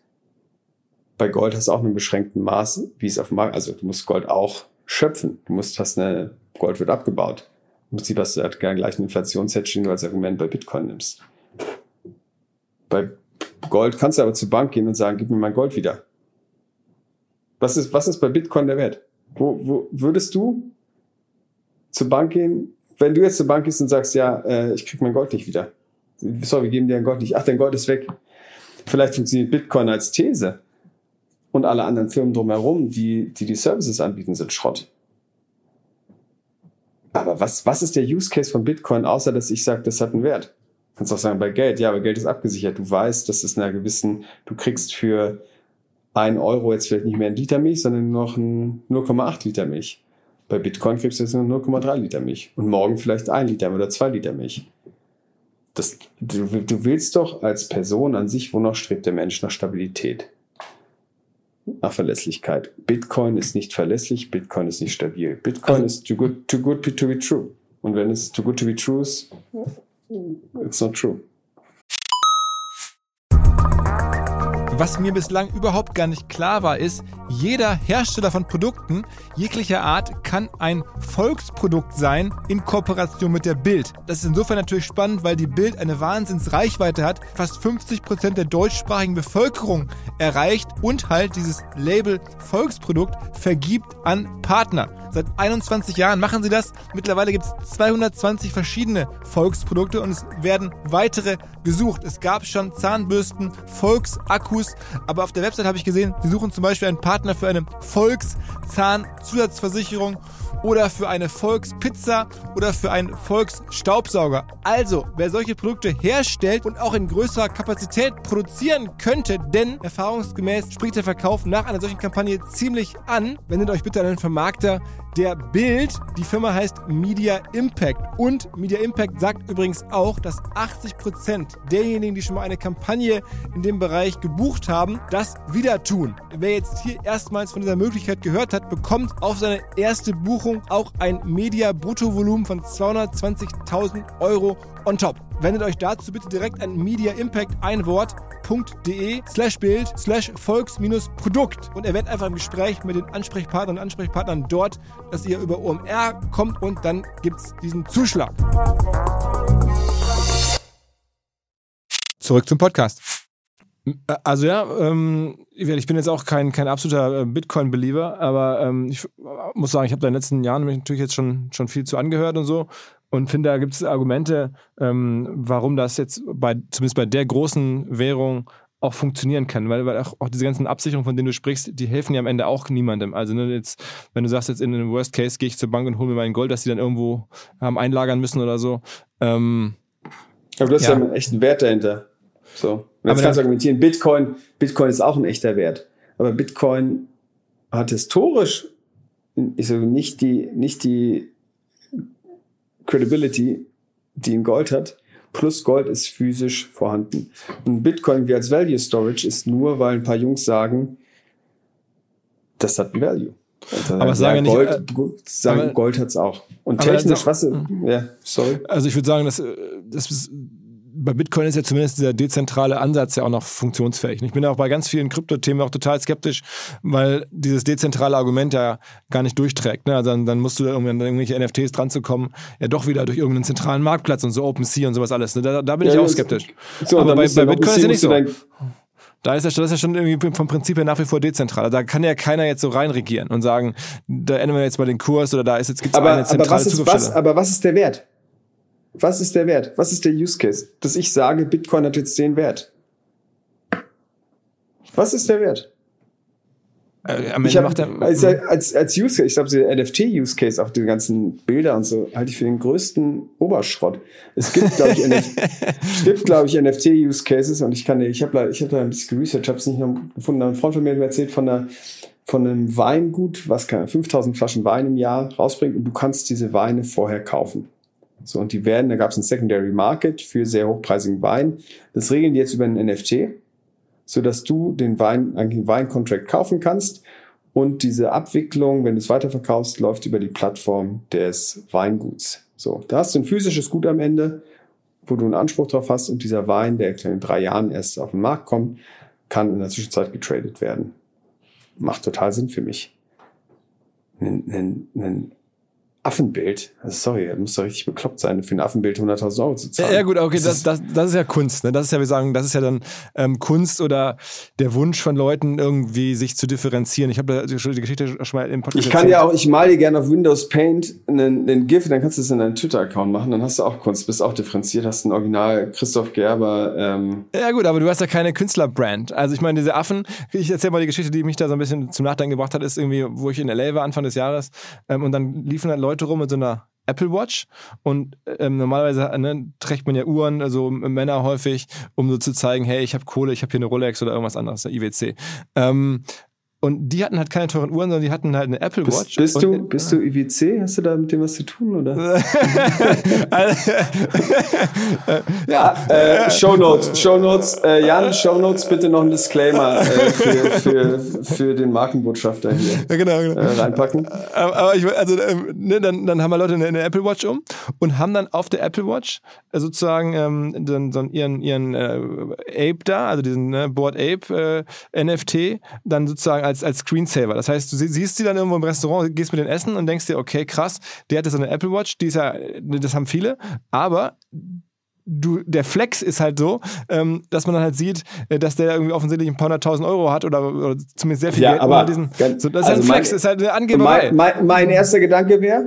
B: Bei Gold hast du auch einen beschränkten Maß, wie es auf dem Markt, also du musst Gold auch schöpfen. Du musst, hast eine, Gold wird abgebaut. Im Prinzip hast du halt den gleichen Inflationshedge, den du als Argument bei Bitcoin nimmst. Bei Gold kannst du aber zur Bank gehen und sagen, gib mir mein Gold wieder. Was ist, was ist bei Bitcoin der Wert? Wo, wo würdest du zur Bank gehen, wenn du jetzt zur Bank gehst und sagst, ja, äh, ich krieg mein Gold nicht wieder. Sorry, wir geben dir dein Gold nicht. Ach, dein Gold ist weg. Vielleicht funktioniert Bitcoin als These. Und alle anderen Firmen drumherum, die, die die Services anbieten, sind Schrott. Aber was, was ist der Use Case von Bitcoin, außer dass ich sage, das hat einen Wert? Du kannst auch sagen, bei Geld, ja, aber Geld ist abgesichert. Du weißt, dass es einer gewissen, du kriegst für ein Euro jetzt vielleicht nicht mehr ein Liter Milch, sondern nur noch ein null Komma acht Liter Milch. Bei Bitcoin kriegst du jetzt nur null Komma drei Liter Milch. Und morgen vielleicht ein Liter oder zwei Liter Milch. Das, du, du willst doch als Person an sich, wonach strebt der Mensch? Nach Stabilität. Nach Verlässlichkeit. Bitcoin ist nicht verlässlich, Bitcoin ist nicht stabil. Bitcoin also, ist too good, too good to be true. Und wenn es too good to be true ist, it's not true.
A: Was mir bislang überhaupt gar nicht klar war, ist, jeder Hersteller von Produkten jeglicher Art kann ein Volksprodukt sein in Kooperation mit der Bild. Das ist insofern natürlich spannend, weil die Bild eine Wahnsinnsreichweite hat, fast fünfzig Prozent der deutschsprachigen Bevölkerung erreicht und halt dieses Label Volksprodukt vergibt an Partner. Seit einundzwanzig Jahren machen sie das. Mittlerweile gibt es zweihundertzwanzig verschiedene Volksprodukte und es werden weitere gesucht. Es gab schon Zahnbürsten, Volksakkus, aber auf der Website habe ich gesehen, sie suchen zum Beispiel einen Partner für eine Volkszahnzusatzversicherung oder für eine Volkspizza oder für einen Volksstaubsauger. Also, wer solche Produkte herstellt und auch in größerer Kapazität produzieren könnte, denn erfahrungsgemäß spricht der Verkauf nach einer solchen Kampagne ziemlich an, wendet euch bitte an einen Vermarkter der Bild. Die Firma heißt Media Impact und Media Impact sagt übrigens auch, dass achtzig Prozent derjenigen, die schon mal eine Kampagne in dem Bereich gebucht haben, das wieder tun. Wer jetzt hier erstmals von dieser Möglichkeit gehört hat, bekommt auf seine erste Buchung auch ein Media-Bruttovolumen von zweihundertzwanzigtausend Euro on top. Wendet euch dazu bitte direkt an Media Impact ein Wort .de slash Bild slash Volks minus Produkt und erwähnt einfach im Gespräch mit den Ansprechpartnern und Ansprechpartnern dort, dass ihr über O M R kommt und dann gibt's diesen Zuschlag. Zurück zum Podcast. Also ja, ähm, ich bin jetzt auch kein, kein absoluter Bitcoin-Believer, aber ähm, ich muss sagen, ich habe da in den letzten Jahren mich natürlich jetzt schon, schon viel zu angehört und so. Und finde, da gibt es Argumente, ähm, warum das jetzt bei, zumindest bei der großen Währung auch funktionieren kann. Weil, weil auch, auch diese ganzen Absicherungen, von denen du sprichst, die helfen ja am Ende auch niemandem. Also ne, jetzt, wenn du sagst, jetzt in einem Worst Case gehe ich zur Bank und hole mir mein Gold, das die dann irgendwo haben einlagern müssen oder so. Ähm,
B: Aber das
A: ja.
B: ist ja einen echten Wert dahinter. So. Und jetzt aber kannst du argumentieren, Bitcoin, Bitcoin ist auch ein echter Wert. Aber Bitcoin hat historisch ist also nicht die, nicht die Credibility, die ein Gold hat, plus Gold ist physisch vorhanden. Und Bitcoin wie als Value Storage ist nur, weil ein paar Jungs sagen, das hat ein Value. Also
A: aber sagen ja
B: Gold,
A: nicht,
B: äh, sagen
A: aber,
B: Gold hat's auch. Und technisch, was, ja, sorry.
A: Also ich würde sagen, dass, das ist, bei Bitcoin ist ja zumindest dieser dezentrale Ansatz ja auch noch funktionsfähig. Ich bin ja auch bei ganz vielen Kryptothemen auch total skeptisch, weil dieses dezentrale Argument ja gar nicht durchträgt. Ne? Also dann, dann musst du da irgendwie an irgendwelche N F Ts dran zu kommen, ja doch wieder durch irgendeinen zentralen Marktplatz und so OpenSea und sowas alles. Ne? Da, da bin
B: ja,
A: ich auch skeptisch.
B: So,
A: aber bei, bei Bitcoin ist ja nicht so.
B: Dein,
A: Da ist, ja, das ist ja schon irgendwie vom Prinzip her nach wie vor dezentral. Da kann ja keiner jetzt so reinregieren und sagen, da ändern wir jetzt mal den Kurs oder da ist jetzt gibt's
B: aber,
A: eine zentrale
B: aber was ist,
A: Zugriffsstelle.
B: was, aber was ist der Wert? Was ist der Wert? Was ist der Use Case? Dass ich sage, Bitcoin hat jetzt den Wert. Was ist der Wert?
A: Äh, am Ende
B: ich hab,
A: macht er,
B: als, als, als Use Case, ich glaube, der N F T-Use Case auf die ganzen Bilder und so, halte ich für den größten Oberschrott. Es gibt, glaube ich, N F T, es gibt, glaube ich, N F T-Use Cases und ich kann, ich habe ich hab da ein bisschen geresearched, habe es nicht noch gefunden. Ein Freund von mir hat mir erzählt von einer, von einem Weingut, was kann fünftausend Flaschen Wein im Jahr rausbringt und du kannst diese Weine vorher kaufen. So, und die werden, da gab es einen Secondary Market für sehr hochpreisigen Wein. Das regeln die jetzt über einen N F T, so dass du den Wein, einen Weincontract kaufen kannst und diese Abwicklung, wenn du es weiterverkaufst, läuft über die Plattform des Weinguts. So, da hast du ein physisches Gut am Ende, wo du einen Anspruch drauf hast und dieser Wein, der in drei Jahren erst auf den Markt kommt, kann in der Zwischenzeit getradet werden. Macht total Sinn für mich. Ein, ein, ein Affenbild, also sorry, er muss doch richtig bekloppt sein, für ein Affenbild hunderttausend Euro zu zahlen.
A: Ja, gut, okay, das,
B: das,
A: das, das ist ja Kunst. Ne? Das ist ja, wir sagen, das ist ja dann ähm, Kunst oder der Wunsch von Leuten, irgendwie sich zu differenzieren. Ich habe die Geschichte schon mal im Podcast
B: Ich kann
A: erzählt.
B: ja auch, ich male dir gerne auf Windows Paint einen, einen GIF, dann kannst du es in deinen Twitter-Account machen, dann hast du auch Kunst, bist auch differenziert, hast ein Original Christoph Gerber. Ähm.
A: Ja gut, aber du hast ja keine Künstlerbrand. Also ich meine, diese Affen, ich erzähle mal die Geschichte, die mich da so ein bisschen zum Nachdenken gebracht hat, ist irgendwie, wo ich in L A war, Anfang des Jahres, ähm, und dann liefen halt Leute rum mit so einer Apple Watch und ähm, normalerweise ne, trägt man ja Uhren, also Männer häufig, um so zu zeigen, hey, ich habe Kohle, ich habe hier eine Rolex oder irgendwas anderes, eine I W C. Ähm, Und die hatten halt keine teuren Uhren, sondern die hatten halt eine Apple Watch.
B: Bist, bist,
A: und,
B: du, bist du I W C? Hast du da mit dem was zu tun, oder? ja, äh, Shownotes. Shownotes. Äh, Jan, Shownotes, bitte noch ein Disclaimer äh, für, für, für den Markenbotschafter hier
A: ja, genau, genau.
B: Äh, reinpacken.
A: Aber, aber ich, also, ne, dann, dann haben wir Leute eine, eine Apple Watch um und haben dann auf der Apple Watch sozusagen ähm, dann, dann ihren, ihren äh, Ape da, also diesen ne, Bored Ape äh, N F T, dann sozusagen als, als Screensaver. Das heißt, du siehst sie dann irgendwo im Restaurant, gehst mit denen essen und denkst dir, okay, krass, der hat jetzt so eine Apple Watch, die ist ja, das haben viele, aber du, der Flex ist halt so, ähm, dass man dann halt sieht, dass der irgendwie offensichtlich ein paar hunderttausend Euro hat oder, oder zumindest sehr viel
B: ja,
A: Geld.
B: Aber
A: diesen,
B: ganz,
A: so, das ist
B: also
A: ein Flex,
B: mein,
A: ist halt eine Angeberei.
B: Mein, mein, mein erster Gedanke wäre,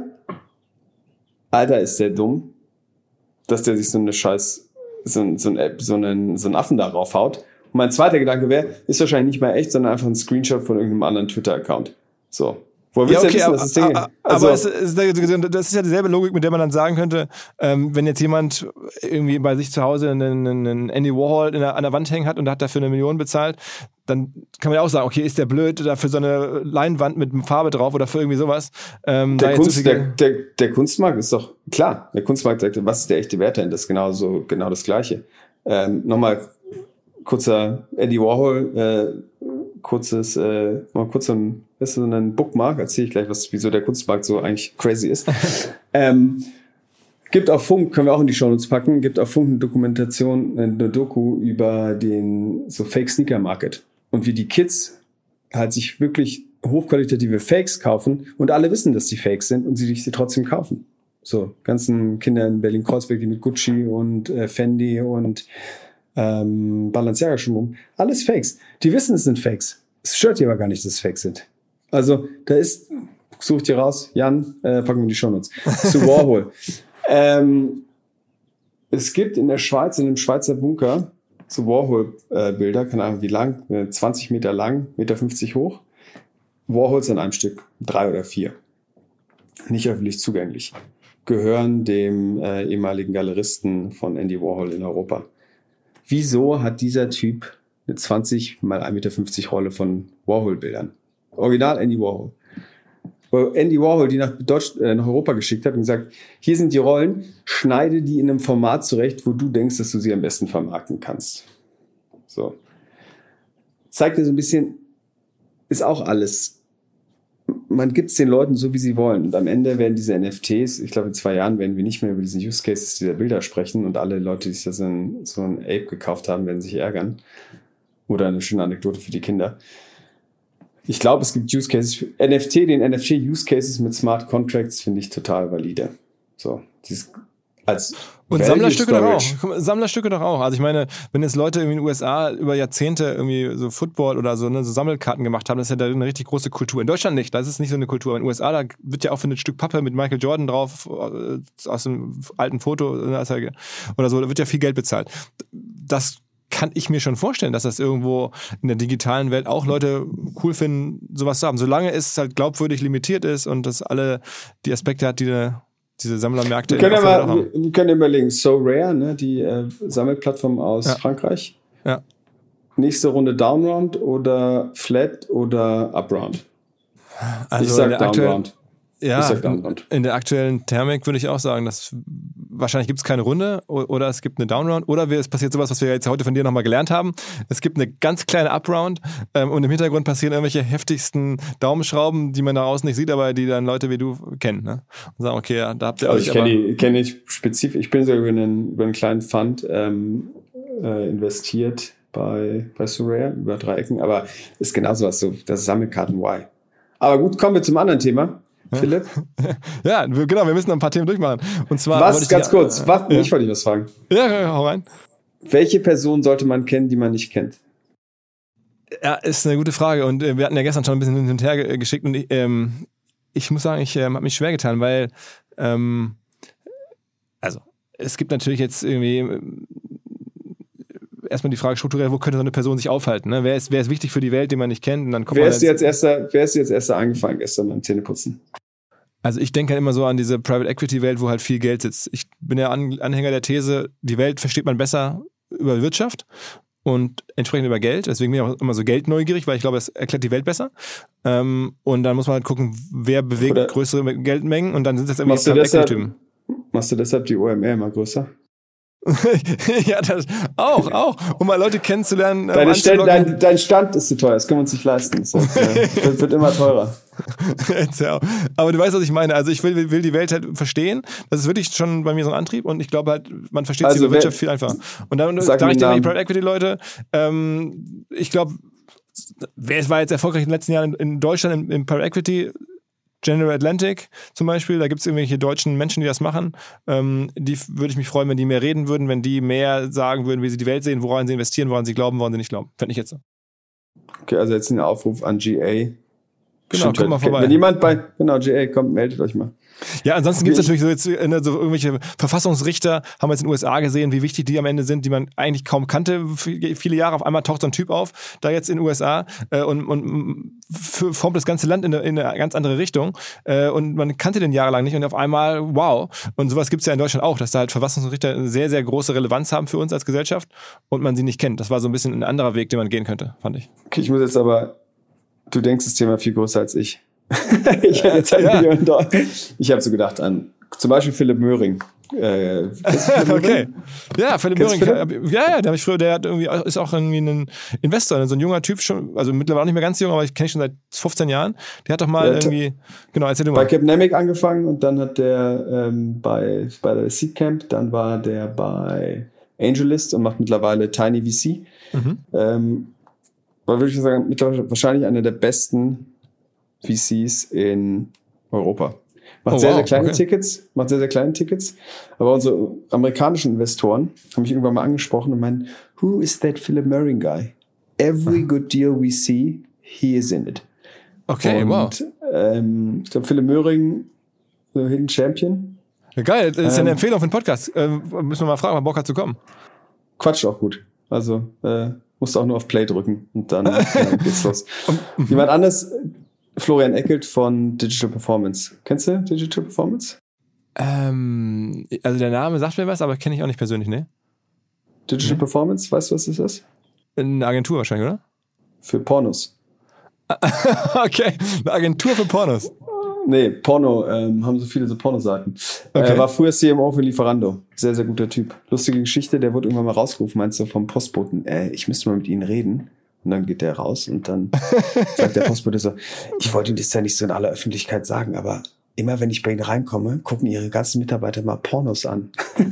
B: Alter, ist der dumm, dass der sich so eine Scheiß, so, so, ein, so, einen, so einen Affen da raufhaut. Und mein zweiter Gedanke wäre, ist wahrscheinlich nicht mal echt, sondern einfach ein Screenshot von irgendeinem anderen Twitter-Account. So. Woher willst
A: ja, okay,
B: du ja wissen,
A: aber,
B: dass das Ding
A: aber,
B: also,
A: aber es ist, das ist ja dieselbe Logik, mit der man dann sagen könnte, ähm, wenn jetzt jemand irgendwie bei sich zu Hause einen, einen Andy Warhol in der, an der Wand hängen hat und hat dafür eine Million bezahlt, dann kann man ja auch sagen, okay, ist der blöd, da für so eine Leinwand mit Farbe drauf oder für irgendwie sowas. Ähm,
B: der, Kunst,
A: so
B: der, der, der Kunstmarkt ist doch klar. Der Kunstmarkt sagt, was ist der echte Wert dahinter? Das ist genau, so, genau das Gleiche. Ähm, nochmal kurzer Andy Warhol, äh, kurzes, äh, mal kurz so ein, ist so ein Bookmark, erzähle ich gleich, was, wieso der Kunstmarkt so eigentlich crazy ist. ähm, gibt auf Funk, können wir auch in die Shownotes packen, gibt auf Funk eine Dokumentation, eine Doku über den so Fake-Sneaker-Market und wie die Kids halt sich wirklich hochqualitative Fakes kaufen und alle wissen, dass die Fakes sind und sie sich sie trotzdem kaufen. So, ganzen Kinder in Berlin-Kreuzberg, die mit Gucci und äh, Fendi und ähm, Balenciaga schon rum. Alles Fakes. Die wissen, es sind Fakes. Es stört die aber gar nicht, dass es Fakes sind. Also, da ist, sucht ihr raus, Jan, äh, packen wir in die Shownotes. Zu Warhol. ähm, es gibt in der Schweiz, in einem Schweizer Bunker, so Warhol-Bilder, äh, keine Ahnung wie lang, zwanzig Meter lang, Meter fünfzig hoch. Warhols in einem Stück, drei oder vier. Nicht öffentlich zugänglich. Gehören dem äh, ehemaligen Galeristen von Andy Warhol in Europa. Wieso hat dieser Typ eine zwanzig mal ein Meter fünfzig Rolle von Warhol-Bildern? Original Andy Warhol. Wo Andy Warhol die nach, Deutsch, äh, nach Europa geschickt hat und gesagt, hier sind die Rollen, schneide die in einem Format zurecht, wo du denkst, dass du sie am besten vermarkten kannst. So. Zeigt dir so ein bisschen, ist auch alles. Man gibt es den Leuten so, wie sie wollen. Und am Ende werden diese N F Ts, ich glaube in zwei Jahren werden wir nicht mehr über diesen Use Cases dieser Bilder sprechen und alle Leute, die sich so ein, so ein Ape gekauft haben, werden sich ärgern. Oder eine schöne Anekdote für die Kinder. Ich glaube, es gibt Use Cases für N F T, den N F T Use Cases mit Smart Contracts finde ich total valide. So, dieses als
A: Und Sammlerstücke doch auch. Sammlerstücke doch auch. Also ich meine, wenn jetzt Leute irgendwie in den U S A über Jahrzehnte irgendwie so Football oder so, ne, so Sammelkarten gemacht haben, das ist ja da eine richtig große Kultur. In Deutschland nicht, das ist nicht so eine Kultur. In den U S A, da wird ja auch für ein Stück Pappe mit Michael Jordan drauf, aus einem alten Foto oder so, da wird ja viel Geld bezahlt. Das kann ich mir schon vorstellen, dass das irgendwo in der digitalen Welt auch Leute cool finden, sowas zu haben. Solange es halt glaubwürdig limitiert ist und das alle die Aspekte hat, die eine diese Sammlermärkte.
B: Wir können ja mal, wir können überlegen, So Rare, ne, die äh, Sammelplattform aus ja. Frankreich.
A: Ja.
B: Nächste Runde Downround oder Flat oder Upround?
A: Also
B: ich sag Downround.
A: Ja,
B: ich sag Downround.
A: In der aktuellen Thermik würde ich auch sagen, dass wahrscheinlich gibt es keine Runde oder es gibt eine Downround oder es passiert sowas, was wir jetzt heute von dir nochmal gelernt haben. Es gibt eine ganz kleine Upround ähm, und im Hintergrund passieren irgendwelche heftigsten Daumenschrauben, die man da außen nicht sieht, aber die dann Leute wie du kennen. Ne? Und sagen, okay, ja, da habt ihr
B: also
A: euch
B: ich kenne die, kenn ich spezifisch, ich bin sogar über einen, über einen kleinen Fund ähm, äh, investiert bei, bei Sorare, über drei Ecken, aber ist genau sowas, so, das ist Sammelkarten Y. Aber gut, kommen wir zum anderen Thema. Philipp?
A: Ja, genau, wir müssen noch ein paar Themen durchmachen. Und zwar
B: was, ganz die, kurz, was,
A: ja.
B: ich wollte dich was fragen.
A: Ja, hau rein.
B: Welche Person sollte man kennen, die man nicht kennt?
A: Ja, ist eine gute Frage und äh, wir hatten ja gestern schon ein bisschen hin und her ge- geschickt und ich, ähm, ich muss sagen, ich ähm, habe mich schwer getan, weil ähm, also es gibt natürlich jetzt irgendwie äh, erstmal die Frage strukturell, wo könnte so eine Person sich aufhalten? Ne? Wer ist, wer ist wichtig für die Welt, den man nicht kennt? Und dann kommt
B: wer,
A: man
B: ist jetzt erster, wer ist jetzt erster eingefallen gestern beim Zähneputzen?
A: Also ich denke halt immer so an diese Private Equity Welt, wo halt viel Geld sitzt. Ich bin ja Anhänger der These, die Welt versteht man besser über Wirtschaft und entsprechend über Geld. Deswegen bin ich auch immer so geldneugierig, weil ich glaube, das erklärt die Welt besser. Ähm, und dann muss man halt gucken, wer bewegt
B: Oder
A: größere Geldmengen und dann sind das irgendwie
B: machst du
A: Private
B: deshalb,
A: Equity-Typen.
B: machst du deshalb die O M R immer größer?
A: Ja, das auch, auch. Um mal Leute kennenzulernen.
B: Deine
A: ähm,
B: Stell,
A: anzulocken.
B: dein, dein Stand ist zu teuer, das können wir uns nicht leisten. Das heißt, äh, wird, wird immer teurer.
A: Ja, aber du weißt, was ich meine. Also ich will, will die Welt halt verstehen. Das ist wirklich schon bei mir so ein Antrieb und ich glaube halt, man versteht
B: Also
A: sie über
B: wer-
A: Wirtschaft viel einfacher. Und dann
B: Sag
A: sage
B: mir
A: ich dir
B: den
A: mal, die
B: Namen.
A: Private Equity Leute, ähm, ich glaube, wer war jetzt erfolgreich in den letzten Jahren in, in Deutschland im, im Private Equity? General Atlantic zum Beispiel, da gibt es irgendwelche deutschen Menschen, die das machen. Ähm, die würde ich mich freuen, wenn die mehr reden würden, wenn die mehr sagen würden, wie sie die Welt sehen, woran sie investieren, woran sie glauben, woran sie nicht glauben. Fände ich jetzt so.
B: Okay, also jetzt ein Aufruf an G A.
A: Genau, kommt mal vorbei.
B: Wenn jemand bei, genau, G A, kommt, meldet euch mal.
A: Ja, ansonsten gibt es natürlich so jetzt äh, so irgendwelche Verfassungsrichter, haben wir jetzt in den U S A gesehen, wie wichtig die am Ende sind, die man eigentlich kaum kannte, viele Jahre. Auf einmal taucht so ein Typ auf, da jetzt in den U S A äh, und, und f- formt das ganze Land in eine, in eine ganz andere Richtung äh, und man kannte den jahrelang nicht und auf einmal, wow. Und sowas gibt es ja in Deutschland auch, dass da halt Verfassungsrichter eine sehr, sehr große Relevanz haben für uns als Gesellschaft und man sie nicht kennt. Das war so ein bisschen ein anderer Weg, den man gehen könnte, fand ich.
B: Okay, ich muss jetzt aber, du denkst das Thema viel größer als ich. ich habe jetzt
A: Ja.
B: ja. ich habe so gedacht an zum Beispiel Philipp Möhring. Äh, kennst du Philipp
A: Okay.
B: Möhring?
A: Ja, Philipp
B: Kennst
A: Möhring.
B: du
A: Ja, ja, der habe ich früher, der hat irgendwie, ist auch irgendwie ein Investor, so ein junger Typ schon, also mittlerweile auch nicht mehr ganz jung, aber ich kenne ihn schon seit fünfzehn Jahren. Der hat doch mal
B: Ja,
A: irgendwie, genau, erzähl du
B: Bei
A: mal.
B: Capnemic angefangen und dann hat der ähm, bei, bei der Seed Camp, dann war der bei AngelList und macht mittlerweile Tiny V C.
A: Mhm.
B: Ähm, war, würde ich sagen, mittlerweile wahrscheinlich einer der besten V Cs in Europa. Macht
A: Oh,
B: sehr,
A: wow,
B: sehr kleine
A: okay.
B: Tickets, macht sehr, sehr kleine Tickets. Aber unsere amerikanischen Investoren haben mich irgendwann mal angesprochen und meinen, who is that Philip Möhring guy? Every good deal we see, he is in it.
A: Okay,
B: und,
A: wow.
B: Ähm, ich glaube, Philipp Möhring, so Hidden Champion.
A: Ja, geil, das ist ja eine
B: ähm,
A: Empfehlung für den Podcast. Ähm, müssen wir mal fragen, ob er Bock hat zu kommen.
B: Quatsch auch gut. Also, äh, musst auch nur auf Play drücken und dann äh, geht's los. Jemand anderes, Florian Eckelt von Digital Performance. Kennst du Digital Performance?
A: Ähm, also der Name sagt mir was, aber kenne ich auch nicht persönlich, ne?
B: Digital
A: Nee.
B: Performance, weißt du, was das ist?
A: Eine Agentur wahrscheinlich, oder?
B: Für Pornos.
A: Okay, eine Agentur für Pornos.
B: Nee, Porno, ähm, haben so viele so Pornoseiten.
A: Okay.
B: Äh, war früher C M O für Lieferando. Sehr, sehr guter Typ. Lustige Geschichte, der wurde irgendwann mal rausgerufen, meinst du, vom Postboten. Äh, ich müsste mal mit Ihnen reden. Und dann geht der raus und dann sagt der Postbote so, ich wollte Ihnen das ja nicht so in aller Öffentlichkeit sagen, aber immer wenn ich bei Ihnen reinkomme, gucken Ihre ganzen Mitarbeiter mal Pornos an.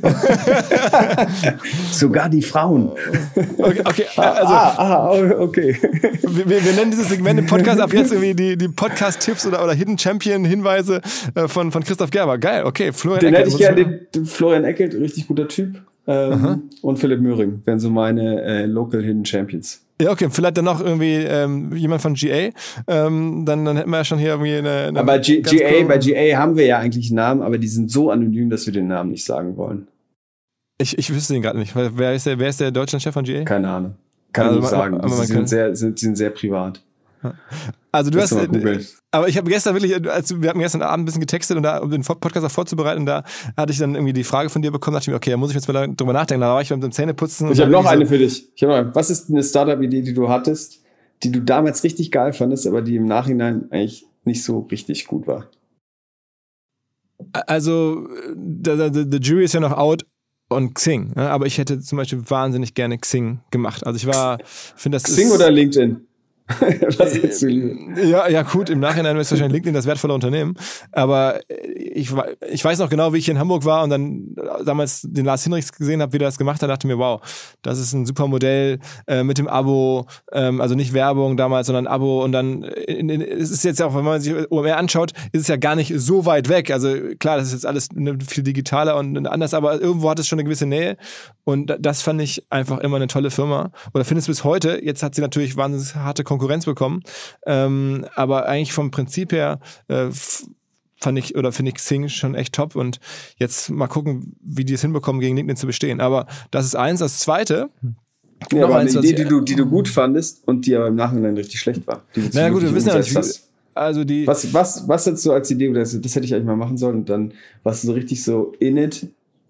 B: Sogar die Frauen.
A: Okay, okay, also
B: ah, ah, okay.
A: wir, wir nennen dieses Segment im Podcast ab jetzt irgendwie die, die Podcast-Tipps oder, oder Hidden Champion-Hinweise äh, von, von Christoph Gerber. Geil, okay, Florian
B: Den
A: Eckert,
B: hätte ich
A: muss
B: gerne, den, den Florian Eckelt, richtig guter Typ. Ähm, und Philipp Möhring wären so meine äh, Local Hidden Champions.
A: Ja, okay, vielleicht dann noch irgendwie ähm, jemand von G A. Ähm, dann, dann hätten wir ja schon hier irgendwie eine. eine
B: Aber G-
A: ganz
B: GA,
A: cool-
B: bei G A haben wir ja eigentlich einen Namen, aber die sind so anonym, dass wir den Namen nicht sagen wollen.
A: Ich, ich wüsste den gerade nicht. Wer ist der, wer ist der Deutschlandchef von G A?
B: Keine Ahnung. Kann
A: Also
B: ich nicht
A: man-
B: sagen.
A: aber man
B: Sie
A: kann-
B: sind sehr, sind, sie sind sehr privat.
A: Also du
B: Kannst
A: hast,
B: du mal googeln.
A: äh, aber ich habe gestern wirklich, also wir hatten gestern Abend ein bisschen getextet und da, um den Podcast auch vorzubereiten, und da hatte ich dann irgendwie die Frage von dir bekommen, dachte ich mir, okay, da muss ich jetzt mal drüber nachdenken. Da war ich beim dem Zähneputzen.
B: Ich
A: und
B: habe
A: dann
B: noch eine
A: irgendwie
B: für dich. Ich hab noch eine. Was ist eine Startup-Idee, die du hattest, die du damals richtig geil fandest, aber die im Nachhinein eigentlich nicht so richtig gut war?
A: so, also, the, the, the Jury ist ja noch out on Xing, ne? Aber ich hätte zum Beispiel wahnsinnig gerne Xing gemacht. Also ich war, finde das
B: Xing
A: ist,
B: oder LinkedIn? Was hättest du lieber?
A: Ja, ja, gut, im Nachhinein ist wahrscheinlich LinkedIn das wertvolle Unternehmen. Aber ich, wa- ich weiß noch genau, wie ich hier in Hamburg war und dann damals den Lars Hinrichs gesehen habe, wie der das gemacht hat, dachte mir, wow, das ist ein super Modell äh, mit dem Abo, ähm, also nicht Werbung damals, sondern Abo. Und dann, in, in, es ist jetzt auch, wenn man sich O M R anschaut, ist es ja gar nicht so weit weg. Also klar, das ist jetzt alles ne, viel digitaler und anders, aber irgendwo hat es schon eine gewisse Nähe. Und da- das fand ich einfach immer eine tolle Firma. Oder finde es bis heute. Jetzt hat sie natürlich wahnsinnig harte Konkurrenz bekommen. Ähm, aber eigentlich vom Prinzip her äh, f- fand ich oder finde ich Xing schon echt top. Und jetzt mal gucken, wie die es hinbekommen, gegen LinkedIn zu bestehen. Aber das ist eins. Das zweite.
B: Ja,
A: noch
B: aber eine
A: eins, was
B: Idee,
A: ich-
B: die du, die du gut fandest und die aber im Nachhinein richtig schlecht war. Die du
A: Naja gut, wir
B: wirklich
A: wissen ja
B: umgesetzt
A: nicht, wie,
B: hast.
A: also die.
B: Was, was, was jetzt so als Idee, oder das, das hätte ich eigentlich mal machen sollen und dann warst du so richtig so in it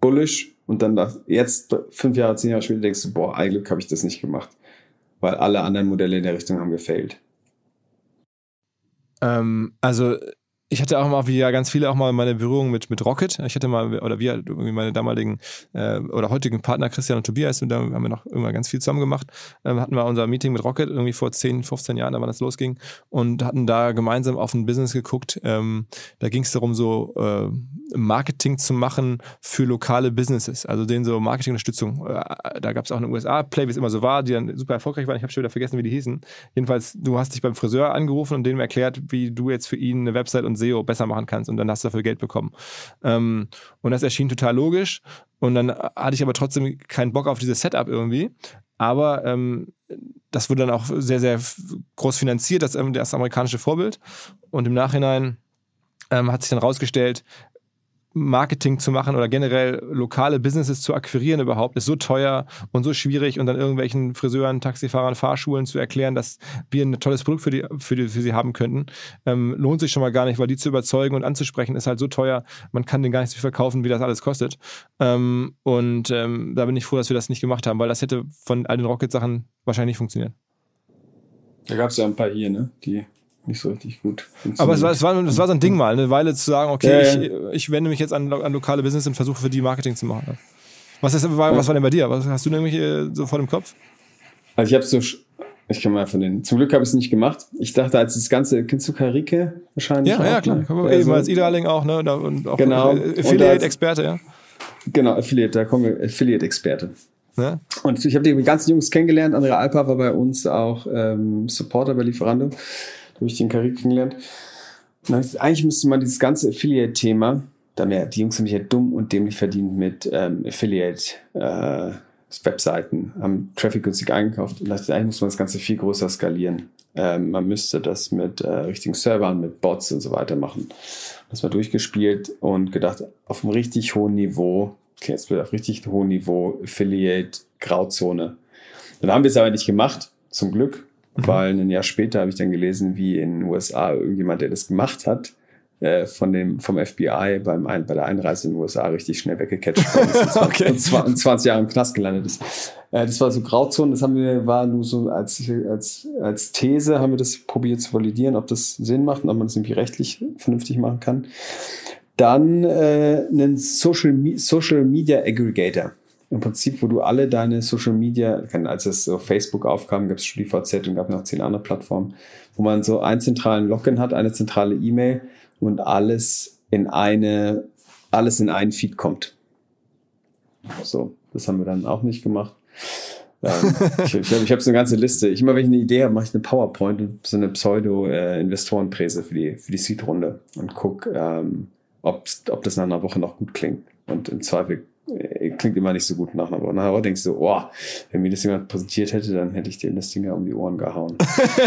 B: bullish und dann nach, jetzt, fünf Jahre, zehn Jahre später denkst du, boah, eigentlich habe ich das nicht gemacht. Weil alle anderen Modelle in der Richtung haben gefailt.
A: Ähm, also ich hatte auch mal, wie ja ganz viele, auch mal meine Berührung mit, mit Rocket. Ich hatte mal, oder wir, irgendwie meine damaligen äh, oder heutigen Partner Christian und Tobias, und da haben wir noch irgendwann ganz viel zusammen gemacht, ähm, hatten wir unser Meeting mit Rocket irgendwie vor zehn, fünfzehn Jahren, da wann das losging, und hatten da gemeinsam auf ein Business geguckt. Ähm, da ging es darum, so äh, Marketing zu machen für lokale Businesses, also denen so Marketingunterstützung. Äh, da gab es auch eine U S A-Play, wie es immer so war, die dann super erfolgreich waren. Ich habe schon wieder vergessen, wie die hießen. Jedenfalls, du hast dich beim Friseur angerufen und denen erklärt, wie du jetzt für ihn eine Website und S E O besser machen kannst, und dann hast du dafür Geld bekommen. Ähm, und das erschien total logisch, und dann hatte ich aber trotzdem keinen Bock auf dieses Setup irgendwie, aber ähm, das wurde dann auch sehr, sehr groß finanziert, das, ähm, das amerikanische Vorbild, und im Nachhinein ähm, hat sich dann rausgestellt, Marketing zu machen oder generell lokale Businesses zu akquirieren überhaupt, ist so teuer und so schwierig, und dann irgendwelchen Friseuren, Taxifahrern, Fahrschulen zu erklären, dass wir ein tolles Produkt für, die, für, die, für sie haben könnten, ähm, lohnt sich schon mal gar nicht, weil die zu überzeugen und anzusprechen ist halt so teuer, man kann denen gar nicht so viel verkaufen, wie das alles kostet. Ähm, und ähm, da bin ich froh, dass wir das nicht gemacht haben, weil das hätte von all den Rocket-Sachen wahrscheinlich nicht funktioniert.
B: Da gab es ja ein paar hier, ne, die nicht so richtig gut.
A: Aber es war, es, war, es war so ein Ding mal, eine Weile zu sagen, okay,
B: ja, ja.
A: Ich, ich wende mich jetzt an, an lokale Business und versuche für die Marketing zu machen. Was, ist, was war denn bei dir? Was hast du nämlich so vor dem Kopf?
B: Also ich habe so, ich kann mal von den, zum Glück habe ich es nicht gemacht. Ich dachte, als das Ganze, kennst du Karike wahrscheinlich?
A: Ja,
B: auch,
A: ja, klar.
B: Ne?
A: Ja, eben so. Als Idealing auch, ne? Und auch
B: genau.
A: Affiliate-Experte, ja.
B: Genau, Affiliate, da kommen wir, Affiliate-Experte.
A: Ja?
B: Und ich habe die ganzen Jungs kennengelernt. Andrea Alpa war bei uns auch ähm, Supporter bei Lieferando. Da habe ich den Karik kennengelernt. Und dann ich, eigentlich müsste man dieses ganze Affiliate-Thema, da haben ja die Jungs haben mich ja dumm und dämlich verdient mit ähm, Affiliate-Webseiten, äh, haben Traffic günstig eingekauft. Und dachte, eigentlich muss man das Ganze viel größer skalieren. Ähm, man müsste das mit äh, richtigen Servern, mit Bots und so weiter machen. Das mal durchgespielt und gedacht, auf einem richtig hohen Niveau, jetzt auf richtig hohem Niveau, Affiliate, Grauzone. Dann haben wir es aber nicht gemacht, zum Glück. Mhm. Weil ein Jahr später habe ich dann gelesen, wie in den U S A irgendjemand, der das gemacht hat, äh, von dem, vom F B I beim Ein, bei der Einreise in den U S A richtig schnell weggecatcht worden ist
A: okay.
B: und zwanzig, zwanzig Jahre im Knast gelandet ist. Äh, das war so Grauzone, das haben wir, war nur so als, als, als These, haben wir das probiert zu validieren, ob das Sinn macht und ob man das irgendwie rechtlich vernünftig machen kann. Dann äh, einen Social, Social Media Aggregator. Im Prinzip, wo du alle deine Social Media, als es so Facebook aufkam, gab es StudiVZ und gab noch zehn andere Plattformen, wo man so einen zentralen Login hat, eine zentrale E-Mail und alles in eine, alles in einen Feed kommt. So, das haben wir dann auch nicht gemacht. ähm, ich ich habe ich hab so eine ganze Liste. Ich immer, wenn ich eine Idee habe, mache ich eine PowerPoint und so eine Pseudo-Investorenpräse für die, für die Seed-Runde und gucke, ähm, ob, ob das nach einer Woche noch gut klingt. Und im Zweifel klingt immer nicht so gut nach einer Woche. Nachher denkst du, oh, wenn mir das jemand präsentiert hätte, dann hätte ich dem das Ding ja um die Ohren gehauen.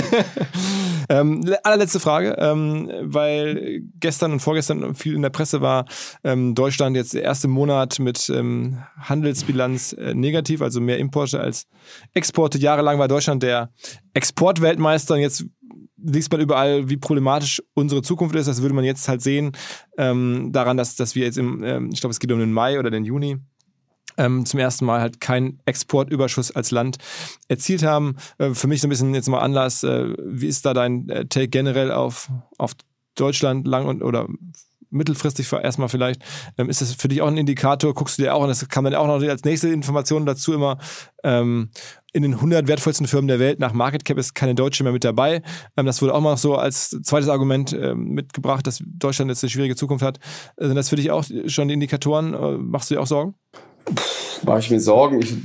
A: ähm, allerletzte Frage, ähm, weil gestern und vorgestern viel in der Presse war, ähm, Deutschland jetzt der erste Monat mit ähm, Handelsbilanz äh, negativ, also mehr Importe als Exporte. Jahrelang war Deutschland der Exportweltmeister, und jetzt liest man überall, wie problematisch unsere Zukunft ist. Das würde man jetzt halt sehen, ähm, daran, dass, dass wir jetzt im, ähm, ich glaube, es geht um den Mai oder den Juni, ähm, zum ersten Mal halt keinen Exportüberschuss als Land erzielt haben. Äh, für mich so ein bisschen jetzt mal Anlass, äh, wie ist da dein äh, Take generell auf, auf Deutschland lang und oder mittelfristig erstmal vielleicht? Ähm, ist das für dich auch ein Indikator? Guckst du dir auch an? Das kam dann auch noch als nächste Information dazu immer, ähm, in den hundert wertvollsten Firmen der Welt nach Market Cap ist keine Deutsche mehr mit dabei. Ähm, das wurde auch mal noch so als zweites Argument ähm, mitgebracht, dass Deutschland jetzt eine schwierige Zukunft hat. Sind das für dich auch schon die Indikatoren? Äh, machst du dir auch Sorgen?
B: Mache ich mir Sorgen? Ich,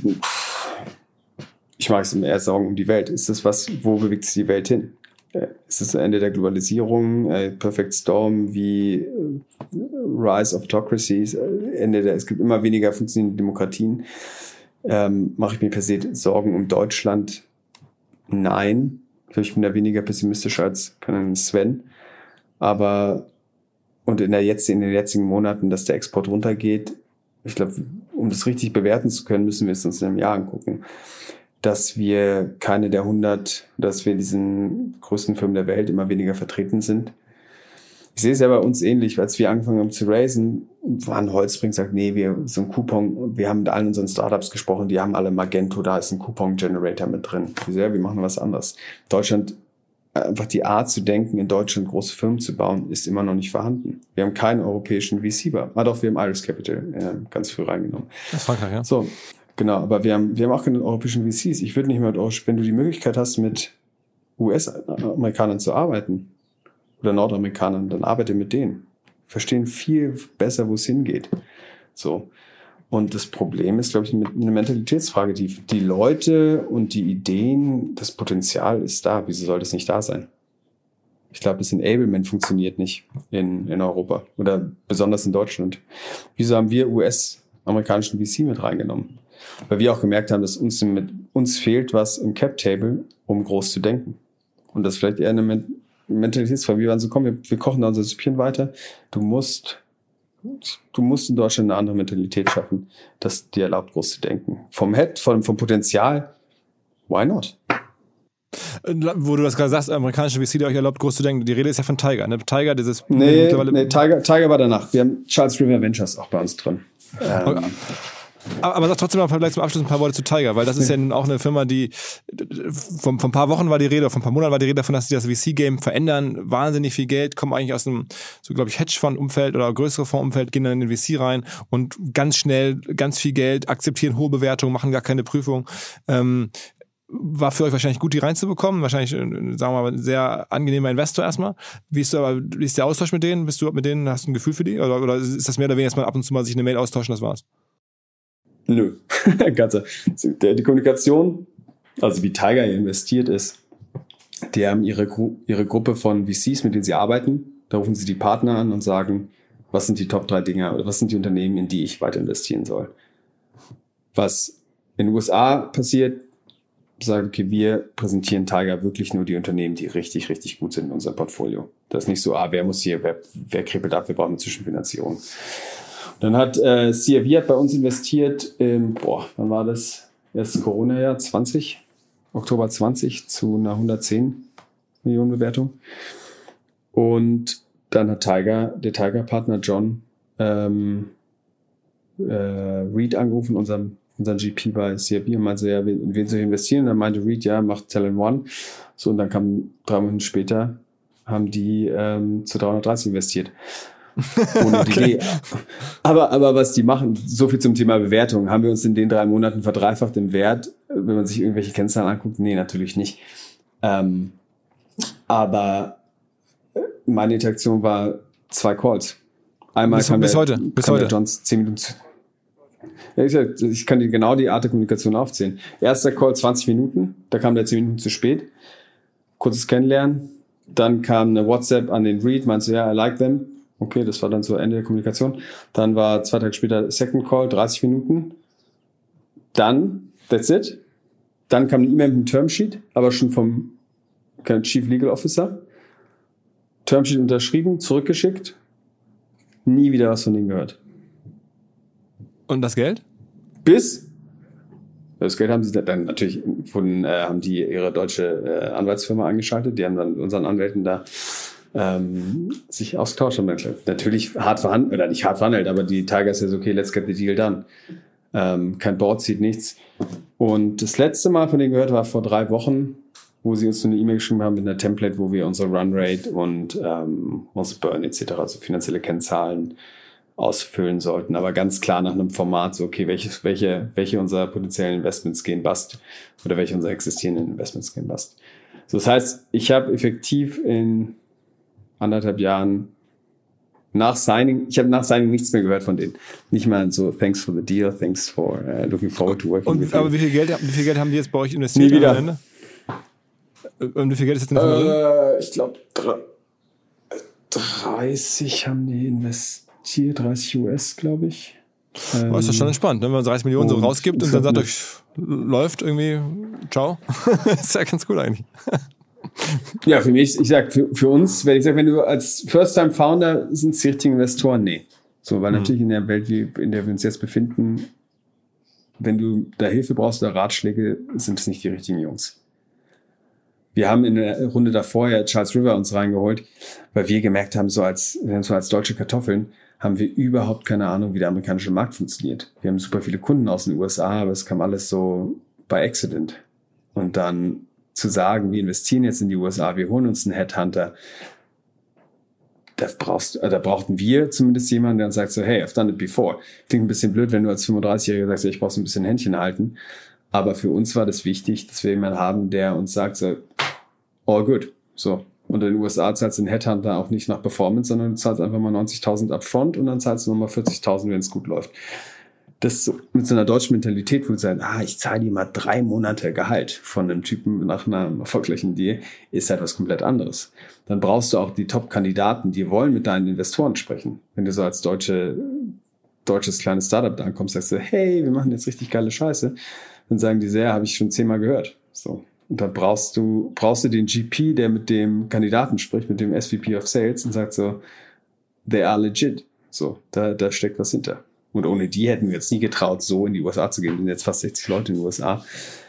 B: ich mache es mir eher Sorgen um die Welt. Ist das was, wo bewegt sich die Welt hin? Ist das Ende der Globalisierung, äh, Perfect Storm, wie äh, Rise of Autocracies, äh, Ende der, es gibt immer weniger funktionierende Demokratien. Ähm, mache ich mir per se Sorgen um Deutschland? Nein. Ich, glaube, ich bin da weniger pessimistisch als Sven. Aber und in, der jetzt, in den jetzigen Monaten, dass der Export runtergeht, ich glaube, um das richtig bewerten zu können, müssen wir es uns in einem Jahr angucken. Dass wir keine der hundert, dass wir in diesen größten Firmen der Welt immer weniger vertreten sind. Ich sehe es ja bei uns ähnlich, als wir angefangen haben zu raisen, waren Holzbrink sagt, nee, wir so ein Coupon, wir haben mit allen unseren Startups gesprochen, die haben alle Magento, da ist ein Coupon-Generator mit drin. Wir, so, ja, wir machen was anderes. Deutschland, einfach die Art zu denken, in Deutschland große Firmen zu bauen, ist immer noch nicht vorhanden. Wir haben keinen europäischen V C-Bar. Ah doch, wir haben Iris Capital äh, ganz früh reingenommen.
A: Das ist Frankreich, ja.
B: So, genau, aber wir haben, wir haben auch keine europäischen V Cs. Ich würde nicht mehr mit, wenn du die Möglichkeit hast, mit U S-Amerikanern zu arbeiten oder Nordamerikanern, dann arbeite mit denen. Verstehen viel besser, wo es hingeht. So. Und das Problem ist, glaube ich, eine Mentalitätsfrage. Die, die Leute und die Ideen, das Potenzial ist da. Wieso soll das nicht da sein? Ich glaube, das Enablement funktioniert nicht in, in Europa oder besonders in Deutschland. Wieso haben wir U S-amerikanischen V C mit reingenommen? Weil wir auch gemerkt haben, dass uns, mit, uns fehlt was im Cap-Table, um groß zu denken. Und das ist vielleicht eher eine Mentalitätsfrage. Wir waren so, komm, wir, wir kochen da unser Süppchen weiter. Du musst Du musst in Deutschland eine andere Mentalität schaffen, das dir erlaubt, groß zu denken. Vom Head, vom, vom Potenzial, why not?
A: Wo du das gerade sagst, amerikanische V C, der euch erlaubt, groß zu denken. Die Rede ist ja von Tiger, ne? Tiger, dieses...
B: Nee, nee Tiger, Tiger war danach. Wir haben Charles River Ventures auch bei uns drin. Ähm,
A: okay. Aber, aber sag trotzdem noch vielleicht zum Abschluss ein paar Worte zu Tiger, weil das ist ja nun auch eine Firma, die von, von ein paar Wochen war die Rede, von ein paar Monaten war die Rede davon, dass sie das V C-Game verändern, wahnsinnig viel Geld, kommen eigentlich aus einem, so glaube ich, Hedgefonds-Umfeld oder größere Fonds-Umfeld, gehen dann in den V C rein und ganz schnell ganz viel Geld, akzeptieren hohe Bewertungen, machen gar keine Prüfung. Ähm, war für euch wahrscheinlich gut, die reinzubekommen, wahrscheinlich, sagen wir mal, ein sehr angenehmer Investor erstmal. Wie ist, aber, wie ist der Austausch mit denen? Bist du mit denen, hast du ein Gefühl für die? Oder, oder ist das mehr oder weniger, dass man ab und zu mal sich eine Mail austauschen, das war's?
B: Nö. Ganze. Die Kommunikation, also wie Tiger investiert ist, die haben ihre, Gru- ihre Gruppe von V Cs, mit denen sie arbeiten. Da rufen sie die Partner an und sagen, was sind die Top drei Dinge oder was sind die Unternehmen, in die ich weiter investieren soll. Was in den U S A passiert, sagen, okay, wir präsentieren Tiger wirklich nur die Unternehmen, die richtig, richtig gut sind in unserem Portfolio. Das ist nicht so, ah, wer muss hier, wer, wer kribbelt ab, wir brauchen eine Zwischenfinanzierung. Dann hat äh, C R V hat bei uns investiert, ähm, boah, wann war das? Erst Corona-Jahr, zwanzig, Oktober zwanzig zu einer hundertzehn Millionen Bewertung. Und dann hat Tiger, der Tiger-Partner John ähm, äh, Reed angerufen, unseren, unseren G P bei C R V, und meinte, ja, in wen soll ich investieren? Und dann meinte Reed, ja, macht Talent One. So, und dann kam drei Monate später, haben die ähm, zu dreihundertdreißig investiert. Ohne okay. Idee. Aber, aber was die machen, so viel zum Thema Bewertung, haben wir uns in den drei Monaten verdreifacht im Wert, wenn man sich irgendwelche Kennzahlen anguckt? Nee, natürlich nicht. Ähm, aber meine Interaktion war zwei Calls. Einmal
A: bis,
B: kam
A: bis
B: der,
A: heute. Bis
B: kam
A: heute.
B: der Johns zehn Minuten zu. Ja, ich, ich kann dir genau die Art der Kommunikation aufzählen. Erster Call zwanzig Minuten, da kam der zehn Minuten zu spät. Kurzes Kennenlernen. Dann kam eine WhatsApp an den Reed, meinte so, ja, I like them. Okay, das war dann so Ende der Kommunikation. Dann war zwei Tage später Second Call, dreißig Minuten. Dann, that's it. Dann kam eine E-Mail mit einem Termsheet, aber schon vom Chief Legal Officer. Termsheet unterschrieben, zurückgeschickt. Nie wieder was von denen gehört.
A: Und das Geld?
B: Bis das Geld haben sie dann natürlich von, äh, haben die ihre deutsche äh, Anwaltsfirma angeschaltet. Die haben dann unseren Anwälten da ähm, sich ausgetauscht. Und natürlich hart verhandelt, oder nicht hart verhandelt, aber die Tiger ist ja so, okay, let's get the deal done. Ähm, kein Board sieht nichts. Und das letzte Mal von denen gehört war vor drei Wochen, wo sie uns so eine E-Mail geschrieben haben mit einer Template, wo wir unsere Runrate und ähm, unsere Burn et cetera, also finanzielle Kennzahlen ausfüllen sollten, aber ganz klar nach einem Format, so okay, welche, welche, welche unserer potenziellen Investments gehen bust oder welche unserer existierenden Investments gehen bust. So, das heißt, ich habe effektiv in anderthalb Jahren nach Signing, ich habe nach Signing nichts mehr gehört von denen. Nicht mal so, thanks for the deal, thanks for uh, looking forward to working
A: und,
B: with
A: aber
B: you.
A: wie viel Geld, wie viel Geld haben die jetzt bei euch investiert?
B: Nie wieder.
A: Am Ende? Und wie viel Geld ist jetzt in der Firma
B: drin? Äh, ich glaube, dreißig haben die investiert, dreißig U S, glaube ich.
A: Oh, ist das schon entspannt, ne? Wenn man dreißig Millionen so rausgibt und dann sagt euch, läuft irgendwie, ciao. Ist ja ganz cool eigentlich.
B: Ja, für mich, ich sag, für, für uns, wenn ich sag, wenn du als First-Time-Founder sind die richtigen Investoren, nee. So, weil mhm. natürlich in der Welt, wie, in der wir uns jetzt befinden, wenn du da Hilfe brauchst oder Ratschläge, sind es nicht die richtigen Jungs. Wir haben in der Runde davor ja Charles River uns reingeholt, weil wir gemerkt haben, so als, so als deutsche Kartoffeln haben wir überhaupt keine Ahnung, wie der amerikanische Markt funktioniert. Wir haben super viele Kunden aus den U S A, aber es kam alles so by accident. Und dann zu sagen, wir investieren jetzt in die U S A, wir holen uns einen Headhunter, da, brauchst, da brauchten wir zumindest jemanden, der uns sagt so, hey, I've done it before. Klingt ein bisschen blöd, wenn du als fünfunddreißigjähriger sagst, ich brauche so ein bisschen Händchen halten. Aber für uns war das wichtig, dass wir jemanden haben, der uns sagt so, all good. So. Und in den U S A zahlst du den Headhunter auch nicht nach Performance, sondern du zahlst einfach mal neunzigtausend upfront und dann zahlst du nochmal vierzigtausend, wenn es gut läuft. Das so, mit so einer deutschen Mentalität, wo du sagst, ah, ich zahle dir mal drei Monate Gehalt von einem Typen nach einem erfolgreichen Deal, ist halt was komplett anderes. Dann brauchst du auch die Top-Kandidaten, die wollen mit deinen Investoren sprechen. Wenn du so als deutsche, deutsches kleines Startup da ankommst, sagst du, hey, wir machen jetzt richtig geile Scheiße, dann sagen die, sehr, habe ich schon zehnmal gehört. So. Und dann brauchst du, brauchst du den G P, der mit dem Kandidaten spricht, mit dem S V P of Sales und sagt so, they are legit. So, da, da steckt was hinter. Und ohne die hätten wir jetzt nie getraut, so in die U S A zu gehen. Wir sind jetzt fast sechzig Leute in den U S A.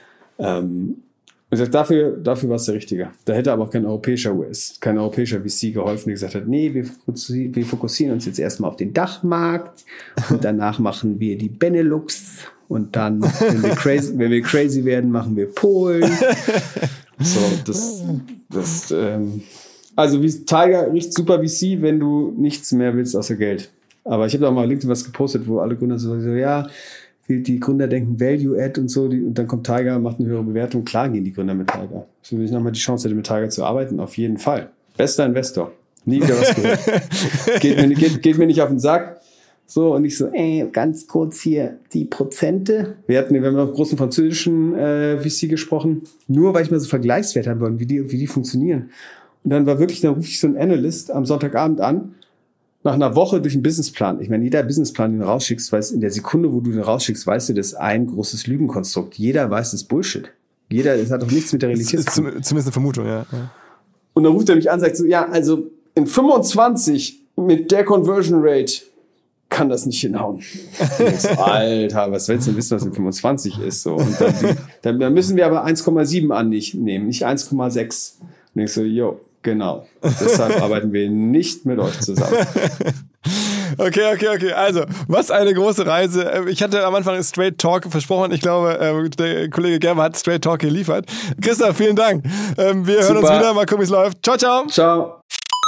B: Ähm, ich sag, dafür, dafür war es der Richtige. Da hätte aber auch kein europäischer U S, kein europäischer V C geholfen, der gesagt hat, nee, wir fokussieren, wir fokussieren uns jetzt erstmal auf den Dachmarkt und danach machen wir die Benelux und dann, wenn wir crazy, wenn wir crazy werden, machen wir Polen. So, das, das, ähm, also wie Tiger riecht super V C, wenn du nichts mehr willst außer Geld. Aber ich habe da auch mal LinkedIn was gepostet, wo alle Gründer so, so ja, die Gründer denken Value-Add und so, die, und dann kommt Tiger, macht eine höhere Bewertung. Klar gehen die Gründer mit Tiger. So, wenn ich nochmal die Chance hätte, mit Tiger zu arbeiten, auf jeden Fall. Bester Investor. Nie wieder was gehört. geht, mir, geht, geht mir nicht auf den Sack. So, und ich so, ey, ganz kurz hier die Prozente. Wir hatten, wir haben noch großen französischen äh, V C gesprochen, nur weil ich mal so Vergleichswert haben wollte, wie die, wie die funktionieren. Und dann war wirklich, dann rufe ich so einen Analyst am Sonntagabend an, nach einer Woche durch einen Businessplan. Ich meine, jeder Businessplan, den du rausschickst, weiß, in der Sekunde, wo du den rausschickst, weißt du, das ist ein großes Lügenkonstrukt. Jeder weiß, das ist Bullshit. Jeder, das hat doch nichts mit der Realität zu tun.
A: Zumindest eine Vermutung, ja. ja.
B: Und dann ruft er mich an und sagt so, ja, also in fünfundzwanzig mit der Conversion Rate kann das nicht hinhauen. So, Alter, was willst du wissen, was in fünfundzwanzig ist? So. Und dann, die, dann, dann müssen wir aber eins Komma sieben annehmen, nicht eins Komma sechs. Und ich so, yo, genau. Deshalb arbeiten wir nicht mit euch zusammen.
A: Okay, okay, okay. Also, was eine große Reise. Ich hatte am Anfang Straight Talk versprochen. Ich glaube, der Kollege Gerber hat Straight Talk geliefert. Christoph, vielen Dank. Wir hören Super. uns wieder. Mal gucken, wie es läuft. Ciao, ciao.
B: Ciao.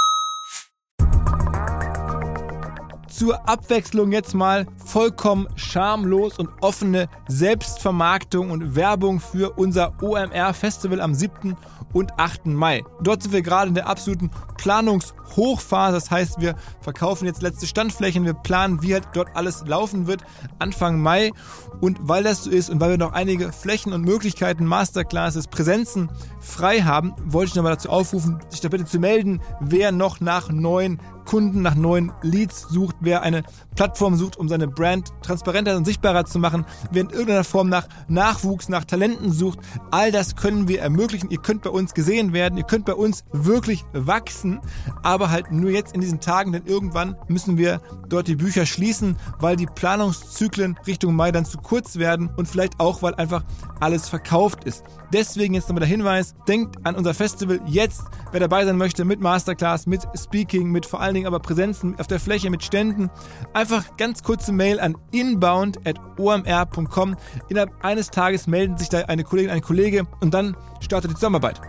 A: Zur Abwechslung jetzt mal vollkommen schamlos und offene Selbstvermarktung und Werbung für unser O M R-Festival am siebten und achten Mai. Dort sind wir gerade in der absoluten Planungshochphase. Das heißt, wir verkaufen jetzt letzte Standflächen, wir planen, wie halt dort alles laufen wird Anfang Mai. Und weil das so ist und weil wir noch einige Flächen und Möglichkeiten, Masterclasses, Präsenzen frei haben, wollte ich nochmal dazu aufrufen, sich da bitte zu melden, wer noch nach neuen Kunden, nach neuen Leads sucht, wer eine Plattform sucht, um seine Brand transparenter und sichtbarer zu machen, wer in irgendeiner Form nach Nachwuchs, nach Talenten sucht. All das können wir ermöglichen. Ihr könnt bei uns gesehen werden, ihr könnt bei uns wirklich wachsen, aber halt nur jetzt in diesen Tagen, denn irgendwann müssen wir dort die Bücher schließen, weil die Planungszyklen Richtung Mai dann zu kurz werden und vielleicht auch, weil einfach alles verkauft ist. Deswegen jetzt nochmal der Hinweis, denkt an unser Festival jetzt, wer dabei sein möchte, mit Masterclass, mit Speaking, mit vor allen Dingen aber Präsenzen auf der Fläche, mit Ständen. Einfach ganz kurze Mail an inbound at o m r punkt com. Innerhalb eines Tages melden sich da eine Kollegin, ein Kollege und dann startet die Zusammenarbeit.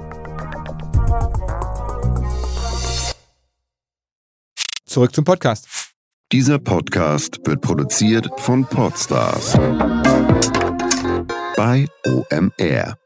A: Zurück zum Podcast.
C: Dieser Podcast wird produziert von Podstars bei O M R.